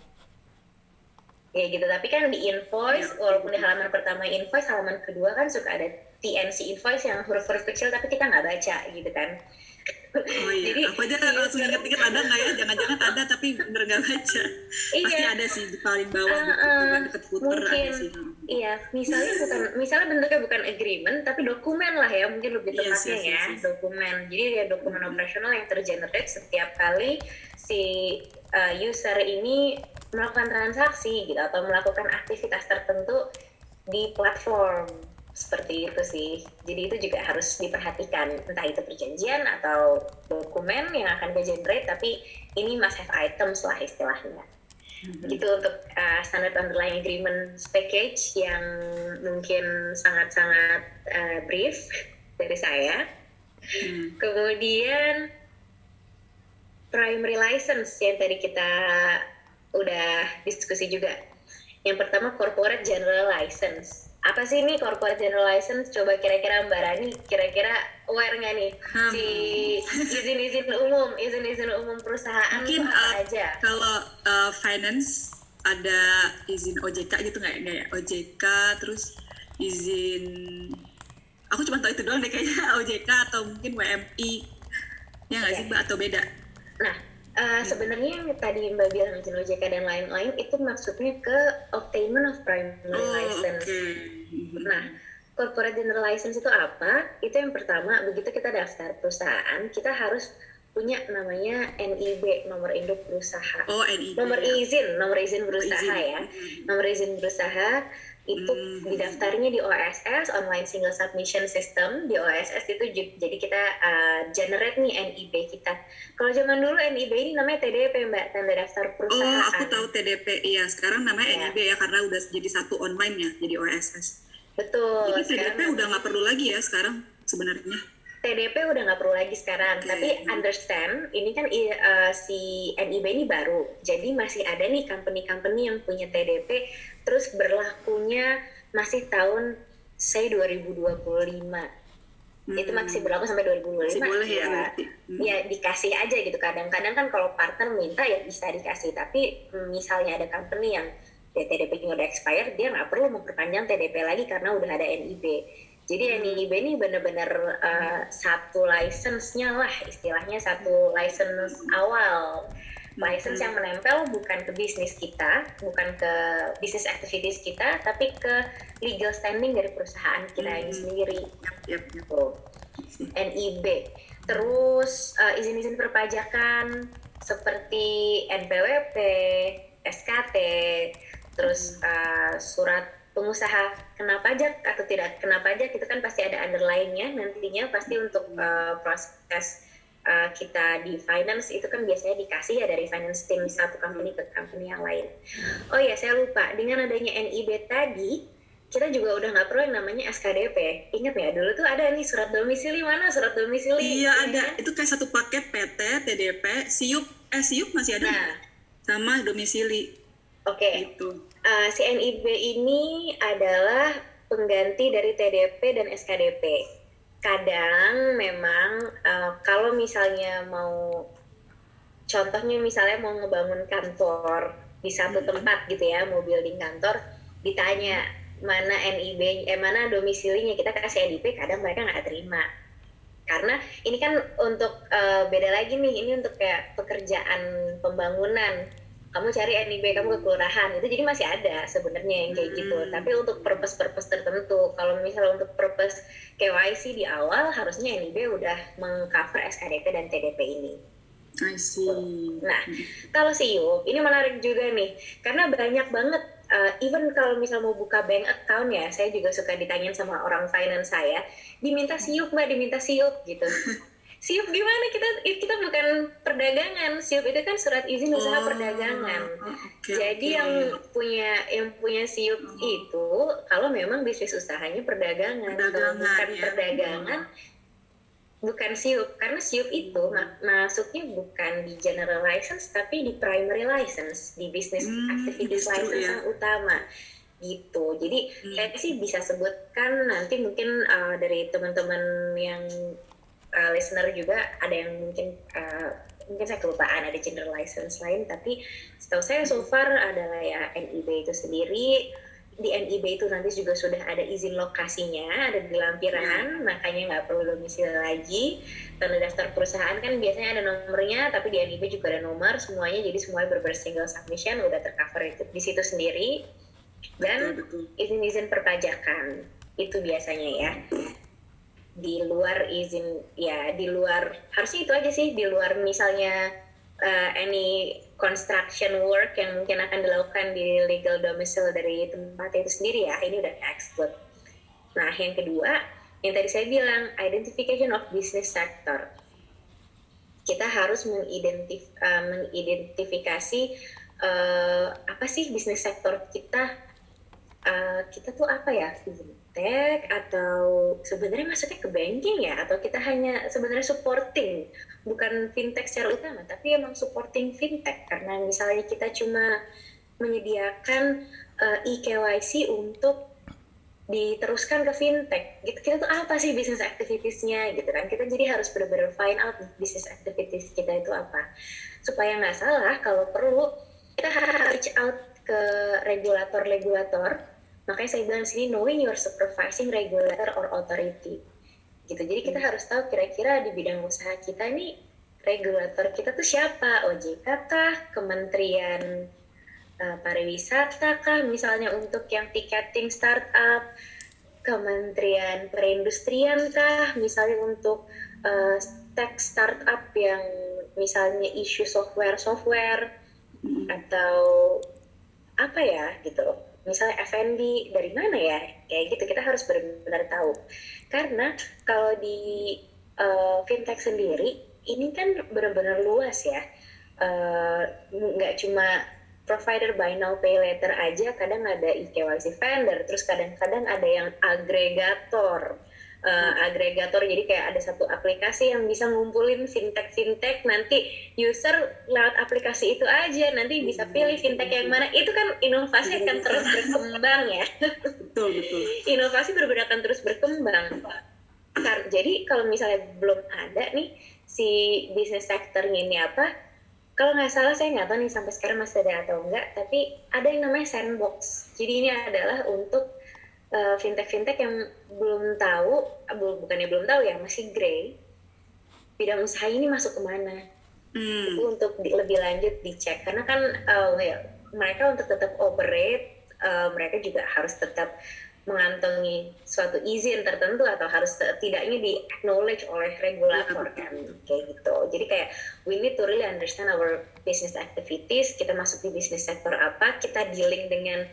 S2: ya gitu. Tapi kan di invoice, walaupun di halaman pertama invoice, halaman kedua kan suka ada T N C invoice yang huruf-huruf kecil tapi kita nggak baca gitu kan.
S1: Oh iya, jadi aku aja langsung inget-inget ada nggak ya, jangan-jangan ada tapi bener nggak baca. Iya. Pasti ada sih di paling bawah uh, gitu, uh, deket footer mungkin, ada sih.
S2: Iya, misalnya bukan, misalnya bentuknya bukan agreement tapi dokumen lah ya, mungkin lebih tepatnya yes, yes, ya, yes, yes. dokumen. Jadi ya dokumen hmm. operasional yang tergenerate setiap kali si uh, user ini melakukan transaksi gitu atau melakukan aktivitas tertentu di platform Seperti itu sih. Jadi itu juga harus diperhatikan, entah itu perjanjian atau dokumen yang akan di-generate, tapi ini must have items lah istilahnya. Mm-hmm. Itu untuk uh, standard underlying agreement package yang mungkin sangat-sangat uh, brief dari saya. Mm. Kemudian primary license yang tadi kita udah diskusi juga. Yang pertama corporate general license. Apa sih ini corporate general license? Coba kira-kira Mbak Rani, kira-kira aware nggak nih hmm. si izin-izin umum, izin-izin umum perusahaan
S1: mungkin
S2: apa
S1: uh,
S2: aja?
S1: Kalau uh, finance ada izin O J K gitu nggak ya? O J K terus izin, aku cuma tahu itu doang deh kayaknya O J K atau mungkin W M I, ya nggak yeah. sih Mbak atau beda?
S2: Nah. Uh, sebenarnya yang tadi Mbak bilang izin O J K dan lain-lain itu maksudnya ke obtainment of primary oh, license. Okay. Nah, corporate general license itu apa? Itu yang pertama, begitu kita daftar perusahaan, kita harus punya namanya N I B, nomor induk berusaha.
S1: Oh, N I B.
S2: Nomor izin, nomor izin berusaha izin. ya. Nomor izin berusaha itu hmm. didaftarnya di O S S, Online Single Submission System. Di O S S itu jadi kita uh, generate nih N I B kita. Kalau zaman dulu N I B ini namanya T D P Mbak, tanda daftar perusahaan.
S1: Oh, aku tahu T D P. Iya, sekarang namanya ya. N I B ya karena udah jadi satu online ya, jadi O S S.
S2: Betul.
S1: Jadi T D P udah nggak perlu lagi ya sekarang sebenarnya.
S2: T D P udah nggak perlu lagi sekarang, okay. Tapi understand ini kan uh, si N I B ini baru, jadi masih ada nih company-company yang punya T D P, terus berlakunya masih tahun say dua ribu dua puluh lima, hmm. itu masih berlaku sampai dua ribu dua puluh lima.
S1: Masih boleh ya?
S2: Ya, hmm. ya dikasih aja gitu. Kadang-kadang kan kalau partner minta ya bisa dikasih, tapi misalnya ada company yang T D P-nya udah expired, dia nggak perlu memperpanjang T D P lagi karena udah ada N I B. Jadi N I B ini benar-benar uh, satu license-nya lah, istilahnya satu license awal. License yang menempel bukan ke bisnis kita, bukan ke business activities kita, tapi ke legal standing dari perusahaan kita ini sendiri.
S1: Yep, yep.
S2: Oh. N I B. Terus uh, izin-izin perpajakan seperti N P W P, S K T, terus uh, surat pengusaha kena pajak atau tidak kena pajak, itu kan pasti ada underline-nya nantinya, pasti untuk uh, proses uh, kita di finance itu kan biasanya dikasih ya dari finance team satu company ke company yang lain. Oh ya, saya lupa, dengan adanya N I B tadi kita juga udah nggak perlu yang namanya S K D P. Ingat ya, dulu tuh ada nih surat domisili, mana surat domisili?
S1: Iya ada, kan? Itu kayak satu paket P T, T D P, SIUP, eh SIUP masih ada nah. sama domisili.
S2: Oke. Okay.
S1: Gitu.
S2: Uh, si N I B ini adalah pengganti dari T D P dan S K D P. Kadang memang uh, kalau misalnya mau, contohnya misalnya mau ngebangun kantor di satu tempat gitu ya, mau building kantor, ditanya mana N I B, eh mana domisilinya, kita kasih N I B, kadang mereka nggak terima. Karena ini kan untuk uh, beda lagi nih, ini untuk kayak pekerjaan pembangunan. Kamu cari N I B kamu ke kelurahan, itu jadi masih ada sebenarnya yang kayak gitu. Hmm. Tapi untuk purpose-purpose tertentu, kalau misalnya untuk purpose K Y C di awal, harusnya N I B udah mengcover S K D P dan T D P ini.
S1: I see.
S2: Nah, kalau SIUP, ini menarik juga nih, karena banyak banget, uh, even kalau misal mau buka bank account ya, saya juga suka ditanyain sama orang finance saya, diminta SIUP mbak, diminta SIUP gitu. SIUP gimana, kita kita bukan perdagangan, SIUP itu kan surat izin usaha oh, perdagangan. Okay, Jadi okay. yang punya yang punya SIUP oh. itu kalau memang bisnis usahanya perdagangan,
S1: perdagangan
S2: kalau bukan
S1: ya.
S2: perdagangan oh. bukan SIUP, karena SIUP itu ma- masuknya bukan di general license tapi di primary license, di business hmm, activities license ya. yang utama. Gitu. Jadi hmm. saya sih bisa sebutkan nanti mungkin uh, dari teman-teman yang Uh, listener juga ada yang mungkin uh, mungkin saya kelupaan ada general license lain, tapi setahu saya so far adalah ya N I B itu sendiri. Di N I B itu nanti juga sudah ada izin lokasinya, ada di lampiran, hmm. makanya nggak perlu domisili lagi. Tanda daftar perusahaan kan biasanya ada nomornya, tapi di N I B juga ada nomor semuanya, jadi semuanya berber single submission udah tercover itu di situ sendiri. Dan betul, betul. izin-izin perpajakan itu biasanya ya. Di luar izin ya di luar harusnya itu aja sih, di luar misalnya uh, any construction work yang mungkin akan dilakukan di legal domicile dari tempat itu sendiri ya, ini udah exclude. Nah, yang kedua, yang tadi saya bilang, identification of business sector. Kita harus mengidentif, uh, mengidentifikasi uh, apa sih bisnis sektor kita. Uh, kita tuh apa ya, fintech atau sebenarnya masuknya ke banking ya, atau kita hanya sebenarnya supporting, bukan fintech secara utama, tapi emang supporting fintech, karena misalnya kita cuma menyediakan uh, e K Y C untuk diteruskan ke fintech gitu, kita tuh apa sih business activities-nya gitu kan. Kita jadi harus benar-benar find out business activities kita itu apa, supaya nggak salah kalau perlu kita harus reach out ke regulator-regulator. Makanya saya bilang di sini, knowing your supervising regulator or authority gitu. Jadi kita harus tahu kira-kira di bidang usaha kita ini regulator kita tuh siapa, O J K kah, Kementerian uh, Pariwisata kah, misalnya untuk yang ticketing startup, Kementerian Perindustrian kah, misalnya untuk uh, tech startup yang misalnya isu software-software, atau apa ya gitu, misalnya F and B dari mana ya, kayak gitu. Kita harus benar-benar tahu, karena kalau di uh, fintech sendiri ini kan benar-benar luas ya, nggak uh, cuma provider buy now pay later aja, kadang ada e K Y C vendor, terus kadang-kadang ada yang agregator. Uh, agregator, jadi kayak ada satu aplikasi yang bisa ngumpulin fintech-fintech, nanti user lewat aplikasi itu aja nanti bisa pilih fintech yang mana. Itu kan inovasi akan terus berkembang ya.
S1: Betul, betul.
S2: Inovasi berbeda akan terus berkembang. Jadi kalau misalnya belum ada nih si bisnis sektornya ini apa, kalau nggak salah, saya nggak tahu nih sampai sekarang masih ada atau enggak, tapi ada yang namanya sandbox. Jadi ini adalah untuk Uh, fintech-fintech yang belum tahu, uh, bukannya belum tahu ya, masih grey, bidang usaha ini masuk kemana, hmm. itu untuk di, lebih lanjut dicek, karena kan uh, ya, mereka untuk tetap operate, uh, mereka juga harus tetap mengantongi suatu izin tertentu, atau harus setidaknya di acknowledge oleh regulator kan, kayak gitu. Jadi kayak we need to really understand our business activities, kita masuk di bisnis sektor apa, kita dealing dengan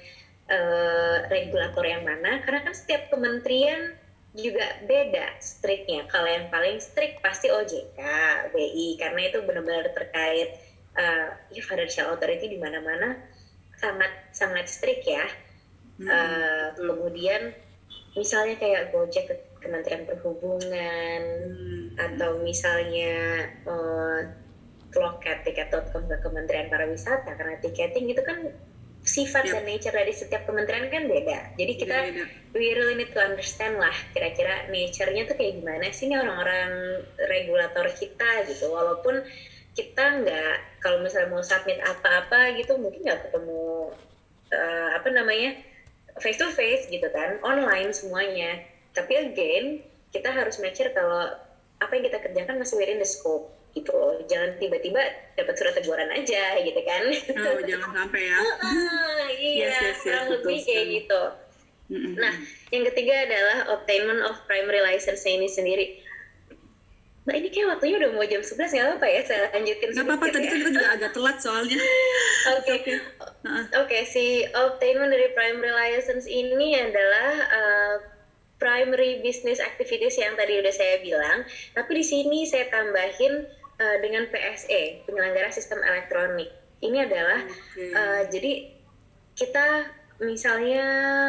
S2: Uh, regulator yang mana, karena kan setiap kementerian juga beda striknya. Kalau yang paling strik pasti O J K, B I, karena itu benar-benar terkait uh, ya financial authority di mana-mana sangat sangat strik ya. Hmm. Uh, kemudian misalnya kayak Gojek ke Kementerian Perhubungan, hmm. atau misalnya uh, Loket tiket dot com ke Kementerian Pariwisata, karena tiketing itu kan sifat yep. dan nature dari setiap kementerian kan beda. Jadi kita beda. We really need to understand lah kira-kira nature-nya tuh kayak gimana sih nih orang-orang regulator kita gitu. Walaupun kita nggak, kalau misalnya mau submit apa-apa gitu mungkin nggak ketemu uh, apa namanya face to face gitu kan, online semuanya. Tapi again kita harus make sure kalau apa yang kita kerjakan masih within the scope gitu. Jangan tiba-tiba dapat surat teguran aja gitu kan.
S1: Oh, jangan sampai ya.
S2: uh, iya, yes, yes, yes, kurang lebih kayak gitu.
S1: Mm-hmm.
S2: Nah, yang ketiga adalah obtainment of primary license ini sendiri. Nah, ini kayak waktunya udah mau jam sebelas, nggak apa-apa ya, saya lanjutin.
S1: Nggak apa-apa, tadi kan kita juga agak telat soalnya.
S2: Oke, oke. Oke, si obtainment dari primary license ini adalah uh, primary business activities yang tadi udah saya bilang, tapi di sini saya tambahin Uh, dengan P S E, penyelenggara sistem elektronik. Ini adalah okay. uh, jadi kita misalnya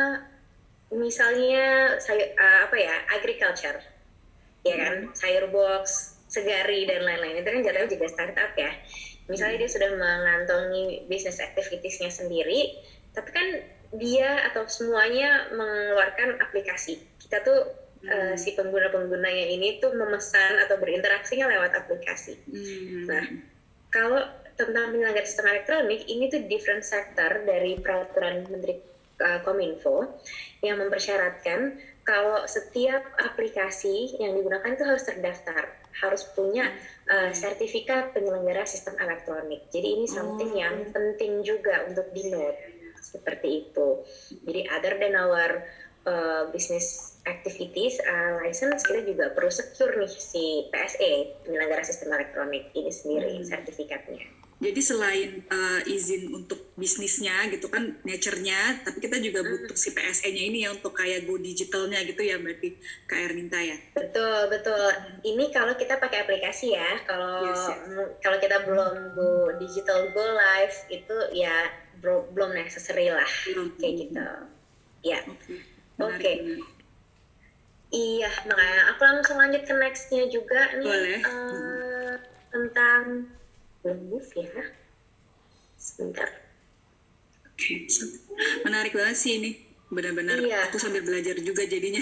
S2: misalnya sayur, uh, apa ya, agriculture, ya kan, sayur box, segari dan lain-lain. Itu kan jatuhnya juga startup ya. Misalnya hmm. dia sudah mengantongi business activities-nya sendiri, tapi kan dia atau semuanya mengeluarkan aplikasi. Kita tuh Uh, si pengguna-penggunanya ini tuh memesan atau berinteraksinya lewat aplikasi. Hmm. Nah, kalau tentang penyelenggara sistem elektronik, ini tuh different sector dari peraturan Menteri uh, Kominfo yang mempersyaratkan kalau setiap aplikasi yang digunakan itu harus terdaftar, harus punya uh, sertifikat penyelenggara sistem elektronik. Jadi ini something oh. yang penting juga untuk di-note, seperti itu. Jadi other than our uh, business activities, uh, license, kita juga perlu secure nih si P S E, penyelenggara sistem elektronik ini sendiri, hmm. sertifikatnya.
S1: Jadi selain uh, izin untuk bisnisnya gitu kan, nature-nya, tapi kita juga butuh si P S E-nya ini ya untuk kayak go digitalnya gitu ya, berarti Kak Ernita ya.
S2: Betul, betul. Ini kalau kita pakai aplikasi ya. Kalau
S1: Yes, yes.
S2: kalau kita belum go digital, go live itu ya bro, belum necessary lah,
S1: Belum.
S2: kayak gitu. Ya.
S1: Oke.
S2: Oke. Okay. Iya, makanya aku langsung lanjut ke next-nya juga nih.
S1: Boleh.
S2: Uh, tentang move ya. Sebentar.
S1: Oke. Menarik banget sih ini. Benar-benar
S2: iya.
S1: Aku sambil belajar juga jadinya.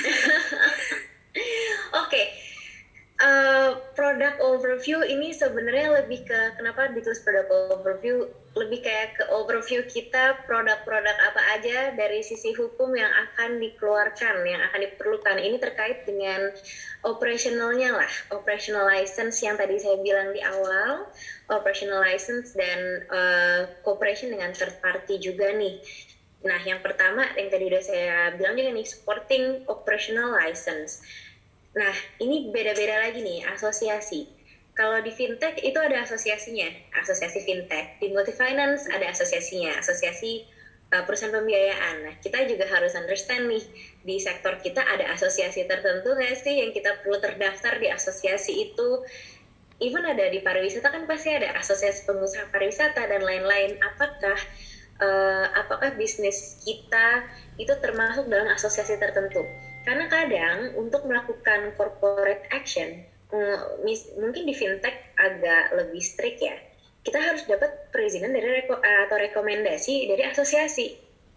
S2: Oke. Okay. Uh, product overview ini sebenarnya lebih ke kenapa ditulis product overview, lebih kayak ke overview kita produk-produk apa aja dari sisi hukum yang akan dikeluarkan, yang akan diperlukan. Ini terkait dengan operationalnya lah, operational license yang tadi saya bilang di awal, operational license dan uh, cooperation dengan third party juga nih. Nah, yang pertama yang tadi udah saya bilang juga nih, supporting operational license. Nah, ini beda-beda lagi nih, asosiasi. Kalau di fintech itu ada asosiasinya, asosiasi fintech. Di multifinance ada asosiasinya, asosiasi uh, perusahaan pembiayaan. Nah, kita juga harus understand nih, di sektor kita ada asosiasi tertentu nggak sih yang kita perlu terdaftar di asosiasi itu. Even ada di pariwisata kan pasti ada asosiasi pengusaha pariwisata dan lain-lain. Apakah uh, apakah bisnis kita itu termasuk dalam asosiasi tertentu? Karena kadang untuk melakukan corporate action, mungkin di fintech agak lebih strict ya. Kita harus dapat perizinan dari reko, atau rekomendasi dari asosiasi.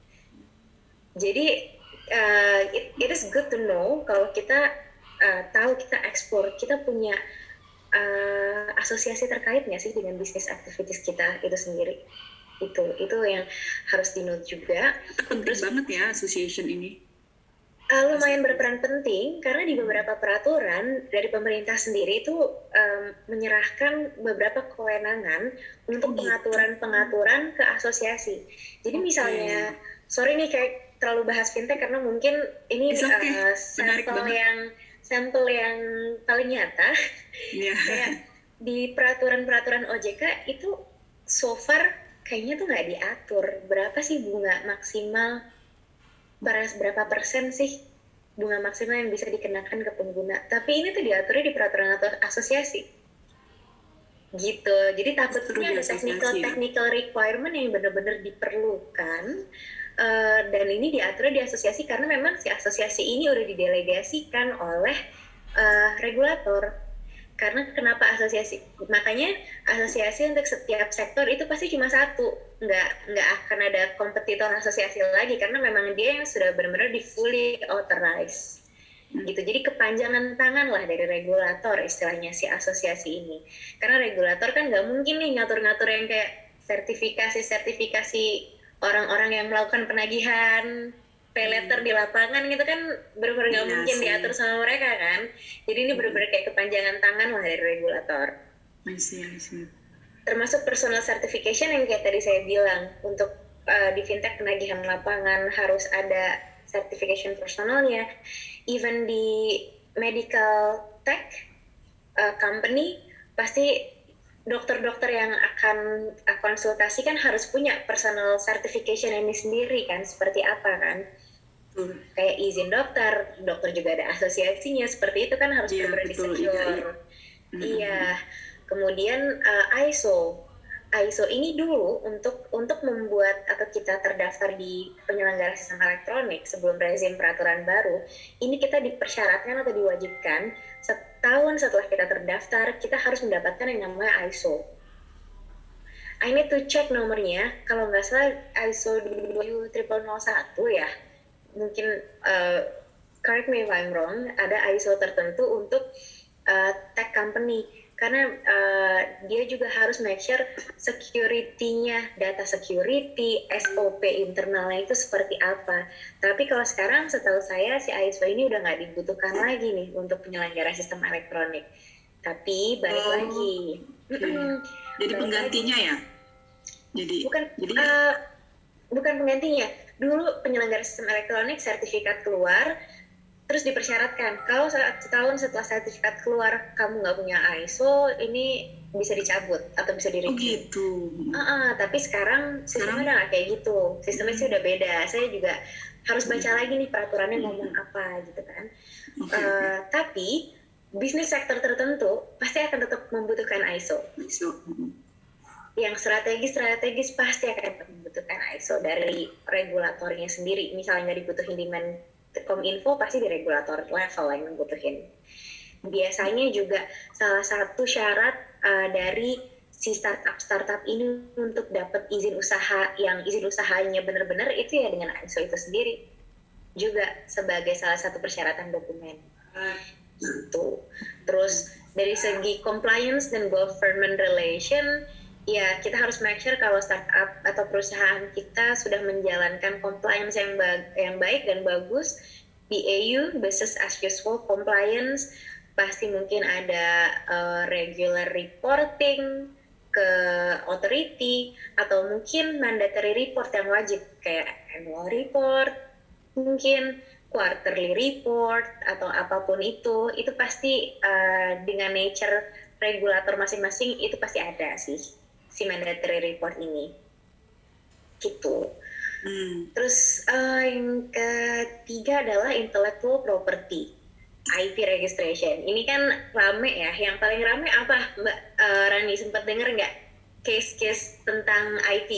S2: Jadi uh, it, it is good to know kalau kita uh, tahu kita ekspor, kita punya uh, asosiasi terkait nggak sih dengan bisnis activities kita itu sendiri. Itu itu yang harus di-note juga.
S1: Penting Terus, banget ya association ini.
S2: Uh, lumayan berperan penting karena di beberapa peraturan dari pemerintah sendiri itu um, menyerahkan beberapa kewenangan untuk pengaturan-pengaturan ke asosiasi. Jadi okay. misalnya, sorry nih kayak terlalu bahas fintech karena mungkin ini okay. uh, sampel yang sampel yang paling nyata. Yeah. Kayak di peraturan-peraturan O J K itu so far kayaknya tuh nggak diatur berapa sih bunga maksimal, berapa persen sih bunga maksimal yang bisa dikenakan ke pengguna. Tapi ini tuh diaturnya di peraturan atau asosiasi. Gitu. Jadi takutnya ada technical technical requirement yang benar-benar diperlukan. Uh, dan ini diatur di asosiasi karena memang si asosiasi ini udah didelegasikan oleh uh, regulator. Karena kenapa asosiasi? Makanya asosiasi untuk setiap sektor itu pasti cuma satu, nggak nggak akan ada kompetitor asosiasi lagi karena memang dia yang sudah benar-benar di fully authorized. Gitu. Jadi kepanjangan tangan lah dari regulator istilahnya si asosiasi ini. Karena regulator kan nggak mungkin nih ngatur-ngatur yang kayak sertifikasi-sertifikasi orang-orang yang melakukan penagihan pay letter di lapangan gitu kan benar-benar nggak ya, mungkin sih. Diatur sama mereka kan. Jadi ini benar-benar kayak kepanjangan tangan lah dari regulator.
S1: I see, I see.
S2: Termasuk personal certification yang kayak tadi saya bilang untuk uh, di fintech penagihan lapangan harus ada certification personalnya. Even di medical tech uh, company pasti dokter-dokter yang akan konsultasi kan harus punya personal certification ini sendiri kan, seperti apa kan. Hmm. Kayak izin dokter, dokter juga ada asosiasinya, seperti itu kan harus yeah, benar-benar di-secure. Iya, mm-hmm. Iya. Kemudian uh, I S O. I S O ini dulu untuk untuk membuat atau kita terdaftar di penyelenggara sistem elektronik sebelum rezim peraturan baru, ini kita dipersyaratkan atau diwajibkan setahun setelah kita terdaftar, kita harus mendapatkan yang namanya I S O. I need to check nomornya, kalau nggak salah I S O dua nol nol satu ya. Mungkin uh, correct me if I'm wrong, ada I S O tertentu untuk uh, tech company karena uh, dia juga harus make sure security-nya, data security, S O P internalnya itu seperti apa. Tapi kalau sekarang setahu saya si I S O ini udah nggak dibutuhkan lagi nih untuk penyelenggara sistem elektronik. Tapi balik oh, lagi,
S1: okay. mm, jadi balik penggantinya lagi. Ya? Jadi
S2: bukan
S1: jadi
S2: uh, bukan penggantinya. Dulu penyelenggara sistem elektronik sertifikat keluar, terus dipersyaratkan kalau setahun setelah sertifikat keluar kamu nggak punya I S O, ini bisa dicabut atau bisa di
S1: Oh
S2: review.
S1: gitu.
S2: Uh -uh, tapi sekarang sistemnya udah nggak kayak gitu. Sistemnya sih udah beda. Saya juga harus baca lagi nih peraturannya ngomong apa gitu kan.
S1: Okay.
S2: Uh, tapi bisnis sektor tertentu pasti akan tetap membutuhkan I S O.
S1: I S O.
S2: Yang strategis-strategis pasti akan membutuhkan I S O dari regulatornya sendiri. Misalnya dibutuhin di Menkominfo, pasti di regulator level yang membutuhin. Biasanya juga salah satu syarat uh, dari si startup-startup ini untuk dapat izin usaha yang izin usahanya benar-benar itu ya dengan I S O itu sendiri juga sebagai salah satu persyaratan dokumen. Gitu. Terus dari segi compliance dan government relation, ya kita harus make sure kalau startup atau perusahaan kita sudah menjalankan compliance yang, ba- yang baik dan bagus. B A U, business as usual compliance, pasti mungkin ada uh, regular reporting ke authority atau mungkin mandatory report yang wajib kayak annual report, mungkin quarterly report atau apapun itu, itu pasti uh, dengan nature regulator masing-masing itu pasti ada sih si mandatory report ini gitu. Hmm. Terus uh, yang ketiga adalah intellectual property, I P registration. Ini kan rame ya, yang paling rame apa Mbak uh, Rani, sempat dengar nggak case-case tentang I P?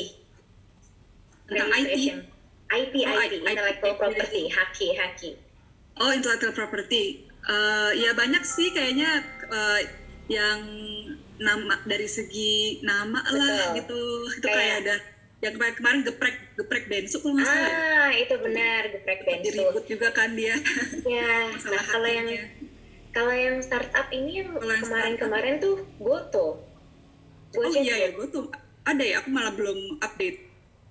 S1: Tentang I P?
S2: I P,
S1: oh,
S2: I P, intellectual I P, property, haki, haki.
S1: Oh, intellectual property. Uh, ya banyak sih kayaknya uh, yang nama dari segi nama Betul. lah gitu. Itu kayak, kayak ada yang kemarin kemarin geprek geprek bensu kalau nggak salah.
S2: Ah, itu benar geprek bensu.
S1: Diribut juga kan dia.
S2: Ya, nah kalau yang kalau yang startup ini yang kemarin-kemarin tuh Goto.
S1: Gojek oh iya ya Goto. Ada ya, aku malah belum update.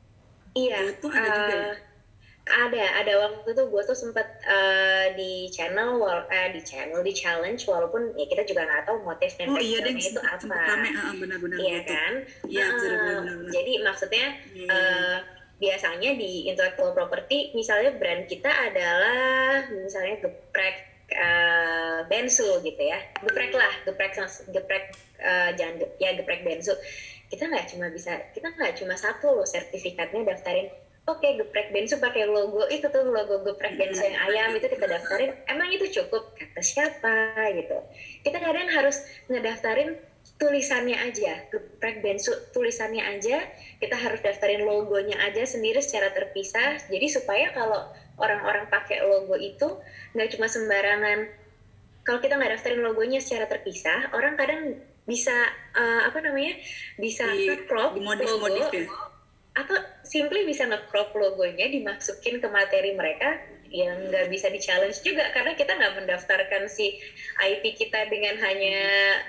S2: Iya,
S1: Goto ada uh, juga ya?
S2: Ada, ada waktu itu gue tuh sempat uh, di channel, wal, uh, di channel, di challenge, walaupun ya kita juga nggak tahu motifnya
S1: oh, iya,
S2: itu apa.
S1: Rame, uh, benar-benar.
S2: Iya kan?
S1: Iya,
S2: uh,
S1: benar-benar.
S2: Jadi maksudnya hmm. uh, biasanya di intellectual property, misalnya brand kita adalah misalnya geprek uh, bensu gitu ya, geprek lah, geprek, geprek uh, jangan ya geprek bensu. Kita nggak cuma bisa, kita nggak cuma satu loh sertifikatnya daftarin. Oke, okay, geprek bensu pakai logo itu tuh, logo geprek bensu yang ayam itu kita daftarin. Emang itu cukup? Kata siapa gitu. Kita kadang harus ngedaftarin tulisannya aja, geprek bensu tulisannya aja. Kita harus daftarin logonya aja sendiri secara terpisah. Jadi supaya kalau orang-orang pakai logo itu nggak cuma sembarangan. Kalau kita nggak daftarin logonya secara terpisah, orang kadang bisa uh, apa namanya bisa crop logo. Atau simply bisa nge-crop logonya dimasukin ke materi mereka yang nggak bisa di-challenge juga karena kita nggak mendaftarkan si I P kita dengan hanya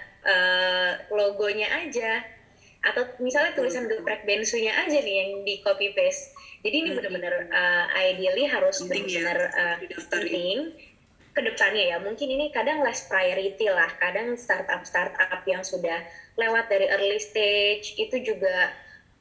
S2: uh, logonya aja atau misalnya tulisan geprek bensunya aja nih yang di copy paste. Jadi ini benar-benar uh, ideally harus benar-benar uh, penting ke depannya ya. Mungkin ini kadang less priority lah, kadang startup-startup yang sudah lewat dari early stage itu juga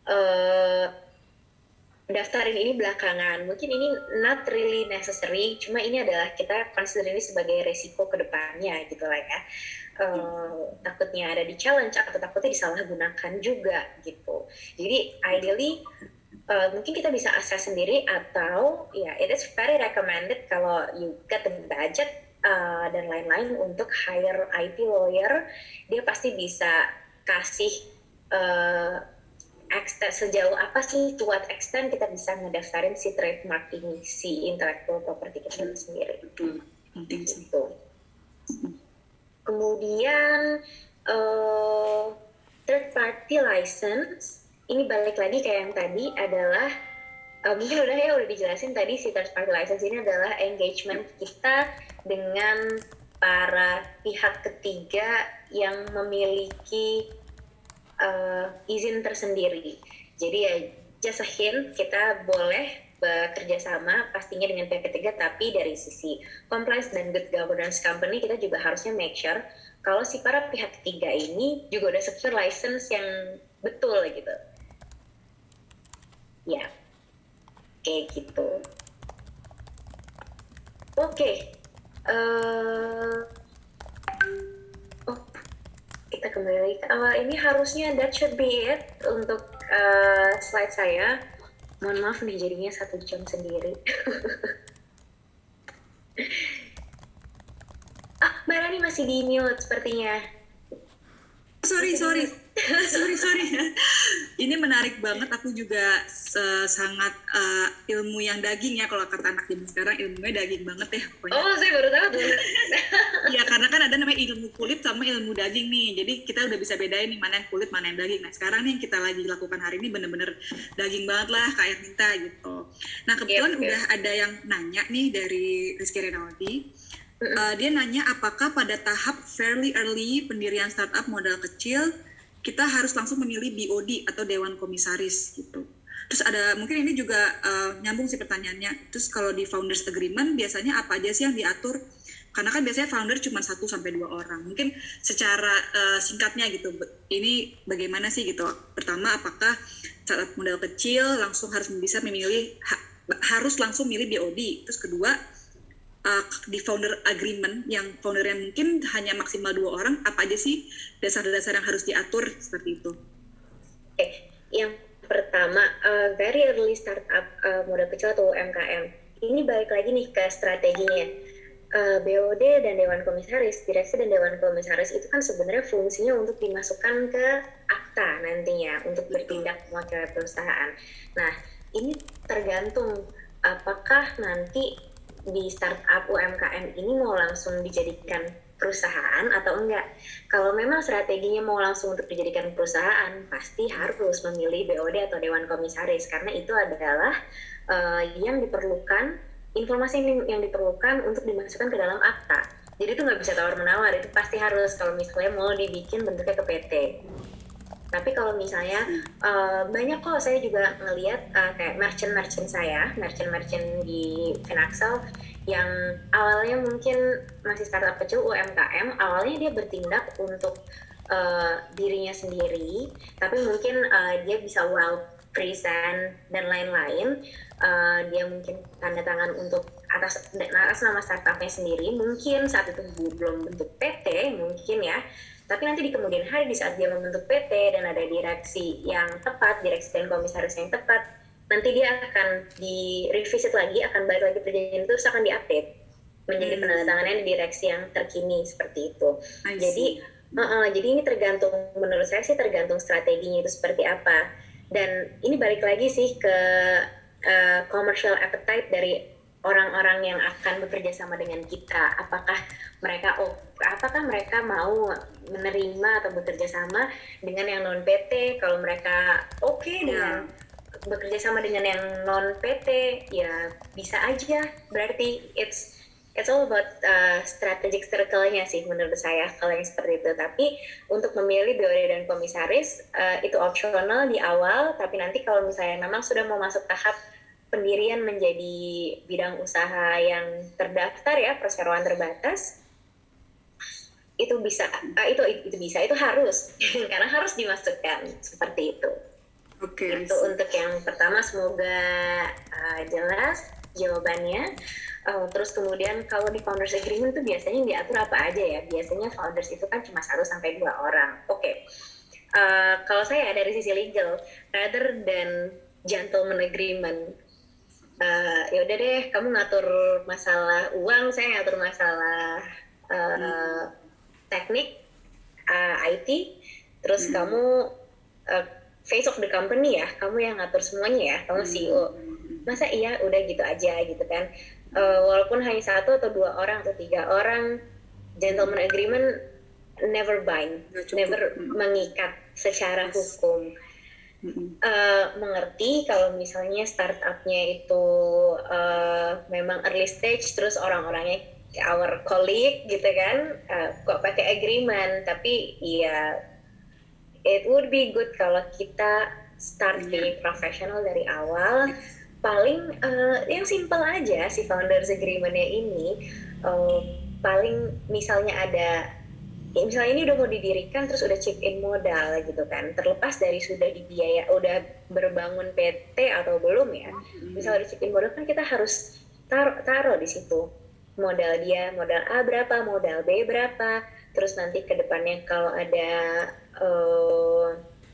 S2: Uh, daftarin ini belakangan. Mungkin ini not really necessary, cuma ini adalah kita consider ini sebagai resiko kedepannya gitu lah ya. Uh, takutnya ada di challenge atau takutnya disalahgunakan juga gitu. Jadi ideally uh, mungkin kita bisa assess sendiri atau ya yeah, it is very recommended kalau you get the budget uh, dan lain-lain untuk hire I P lawyer, dia pasti bisa kasih uh, extent, sejauh apa sih, to what extent kita bisa ngedaftarin si trademark ini, si intellectual property kita hmm. sendiri.
S1: Betul, penting sih.
S2: Gitu. Kemudian uh, third party license, ini balik lagi kayak yang tadi adalah uh, mungkin udah ya udah dijelasin tadi, si third party license ini adalah engagement kita dengan para pihak ketiga yang memiliki Uh, izin tersendiri. Jadi ya just a hint, kita boleh bekerja sama pastinya dengan pihak ketiga, tapi dari sisi compliance dan good governance company kita juga harusnya make sure kalau si para pihak ketiga ini juga udah secure license yang betul gitu. Ya, kayak gitu. Oke, okay. uh, oh kita ke kembali ke awal. Ini harusnya that should be it untuk uh, slide saya. Mohon maaf nih jadinya satu jam sendiri. Ah, Mbak Rani masih di mute sepertinya.
S1: Sorry, sorry. sorry, sorry. Ini menarik banget. Aku juga uh, sangat uh, ilmu yang daging ya. Kalau kata anak zaman sekarang, ilmunya daging banget ya. Pokoknya.
S2: Oh, saya baru tahu.
S1: Iya, karena kan ada namanya ilmu kulit sama ilmu daging nih. Jadi kita udah bisa bedain nih mana yang kulit, mana yang daging. Nah, sekarang nih yang kita lagi lakukan hari ini bener-bener daging banget lah, kayak minta gitu. Nah, kebetulan yep, udah yep. ada yang nanya nih dari Rizky Renaldi. Uh, dia nanya apakah pada tahap fairly early pendirian startup modal kecil kita harus langsung memilih B O D atau Dewan Komisaris gitu. Terus ada mungkin ini juga uh, nyambung sih pertanyaannya. Terus kalau di Founders Agreement biasanya apa aja sih yang diatur? Karena kan biasanya founder cuma satu sampai dua orang. Mungkin secara uh, singkatnya gitu. Ini bagaimana sih gitu? Pertama, apakah startup modal kecil langsung harus bisa memilih ha, harus langsung milih B O D? Terus kedua, Uh, di founder agreement yang founder yang mungkin hanya maksimal dua orang, apa aja sih dasar-dasar yang harus diatur seperti itu?
S2: Oke, okay. Yang pertama uh, very early startup uh, modal kecil atau U M K M. Ini balik lagi nih ke strateginya. Uh, B O D dan Dewan Komisaris, direksi dan Dewan Komisaris itu kan sebenarnya fungsinya untuk dimasukkan ke akta nantinya untuk bertindak mewakili perusahaan. Nah, ini tergantung apakah nanti di startup U M K M ini mau langsung dijadikan perusahaan atau enggak. Kalau memang strateginya mau langsung untuk dijadikan perusahaan, pasti harus memilih B O D atau Dewan Komisaris, karena itu adalah uh, yang diperlukan, informasi yang, yang diperlukan untuk dimasukkan ke dalam akta. Jadi itu nggak bisa tawar-menawar, itu pasti harus kalau misalnya mau dibikin bentuknya ke P T. Tapi kalau misalnya uh, banyak kok saya juga ngelihat uh, kayak merchant-merchant saya, merchant-merchant di Finaxel yang awalnya mungkin masih startup kecil U M K M, awalnya dia bertindak untuk uh, dirinya sendiri, tapi mungkin uh, dia bisa well present dan lain-lain, uh, dia mungkin tanda tangan untuk atas, atas nama startupnya sendiri, mungkin saat itu belum bentuk P T mungkin ya. Tapi nanti di kemudian hari di saat dia membentuk P T dan ada direksi yang tepat, direksi dan komisaris yang tepat, nanti dia akan di revisit lagi, akan balik lagi perjanjian itu, terus akan diupdate menjadi hmm. penandatangannya di direksi yang terkini seperti itu. Jadi, uh, uh, jadi ini tergantung, menurut saya sih tergantung strateginya itu seperti apa. Dan ini balik lagi sih ke uh, commercial appetite dari orang-orang yang akan bekerja sama dengan kita, apakah mereka oh, apakah mereka mau menerima atau bekerja sama dengan yang non P T. Kalau mereka oke okay dengan yeah. bekerja sama dengan yang non P T, ya bisa aja. Berarti it's it's all about uh, strategic circle-nya sih menurut saya kalau yang seperti itu. Tapi untuk memilih B O D dan komisaris uh, itu opsional di awal, tapi nanti kalau misalnya memang sudah mau masuk tahap pendirian menjadi bidang usaha yang terdaftar ya, perseroan terbatas, itu bisa, uh, itu itu bisa, itu harus, karena harus dimasukkan seperti itu. Oke. Okay, itu untuk yang pertama, semoga uh, jelas jawabannya. Uh, terus kemudian kalau di founders agreement itu biasanya diatur apa aja ya? Biasanya founders itu kan cuma satu sampai dua orang. Oke. Okay. Uh, kalau saya dari sisi legal, rather than gentleman agreement, Uh, ya udah deh, kamu ngatur masalah uang, saya ngatur masalah uh, hmm. teknik, uh, I T, terus hmm. kamu uh, face of the company ya, kamu yang ngatur semuanya ya, kamu hmm. C E O. Masa iya udah gitu aja gitu kan? Uh, walaupun hanya satu atau dua orang atau tiga orang, gentleman agreement never bind, never hmm. mengikat secara yes. hukum. Mm-hmm. Uh, mengerti kalau misalnya startupnya itu uh, memang early stage, terus orang-orangnya our colleague gitu kan, uh, kok pakai agreement, tapi ya it would be good kalau kita start mm-hmm. being professional dari awal. Paling uh, yang simple aja si founders agreement-nya ini, uh, paling misalnya ada ya misalnya ini udah mau didirikan terus udah chip in modal gitu kan, terlepas dari sudah dibiaya udah berbangun P T atau belum ya, misalnya udah chip in modal kan kita harus taruh taruh di situ modal dia, modal A berapa, modal B berapa, terus nanti ke depannya kalau ada uh,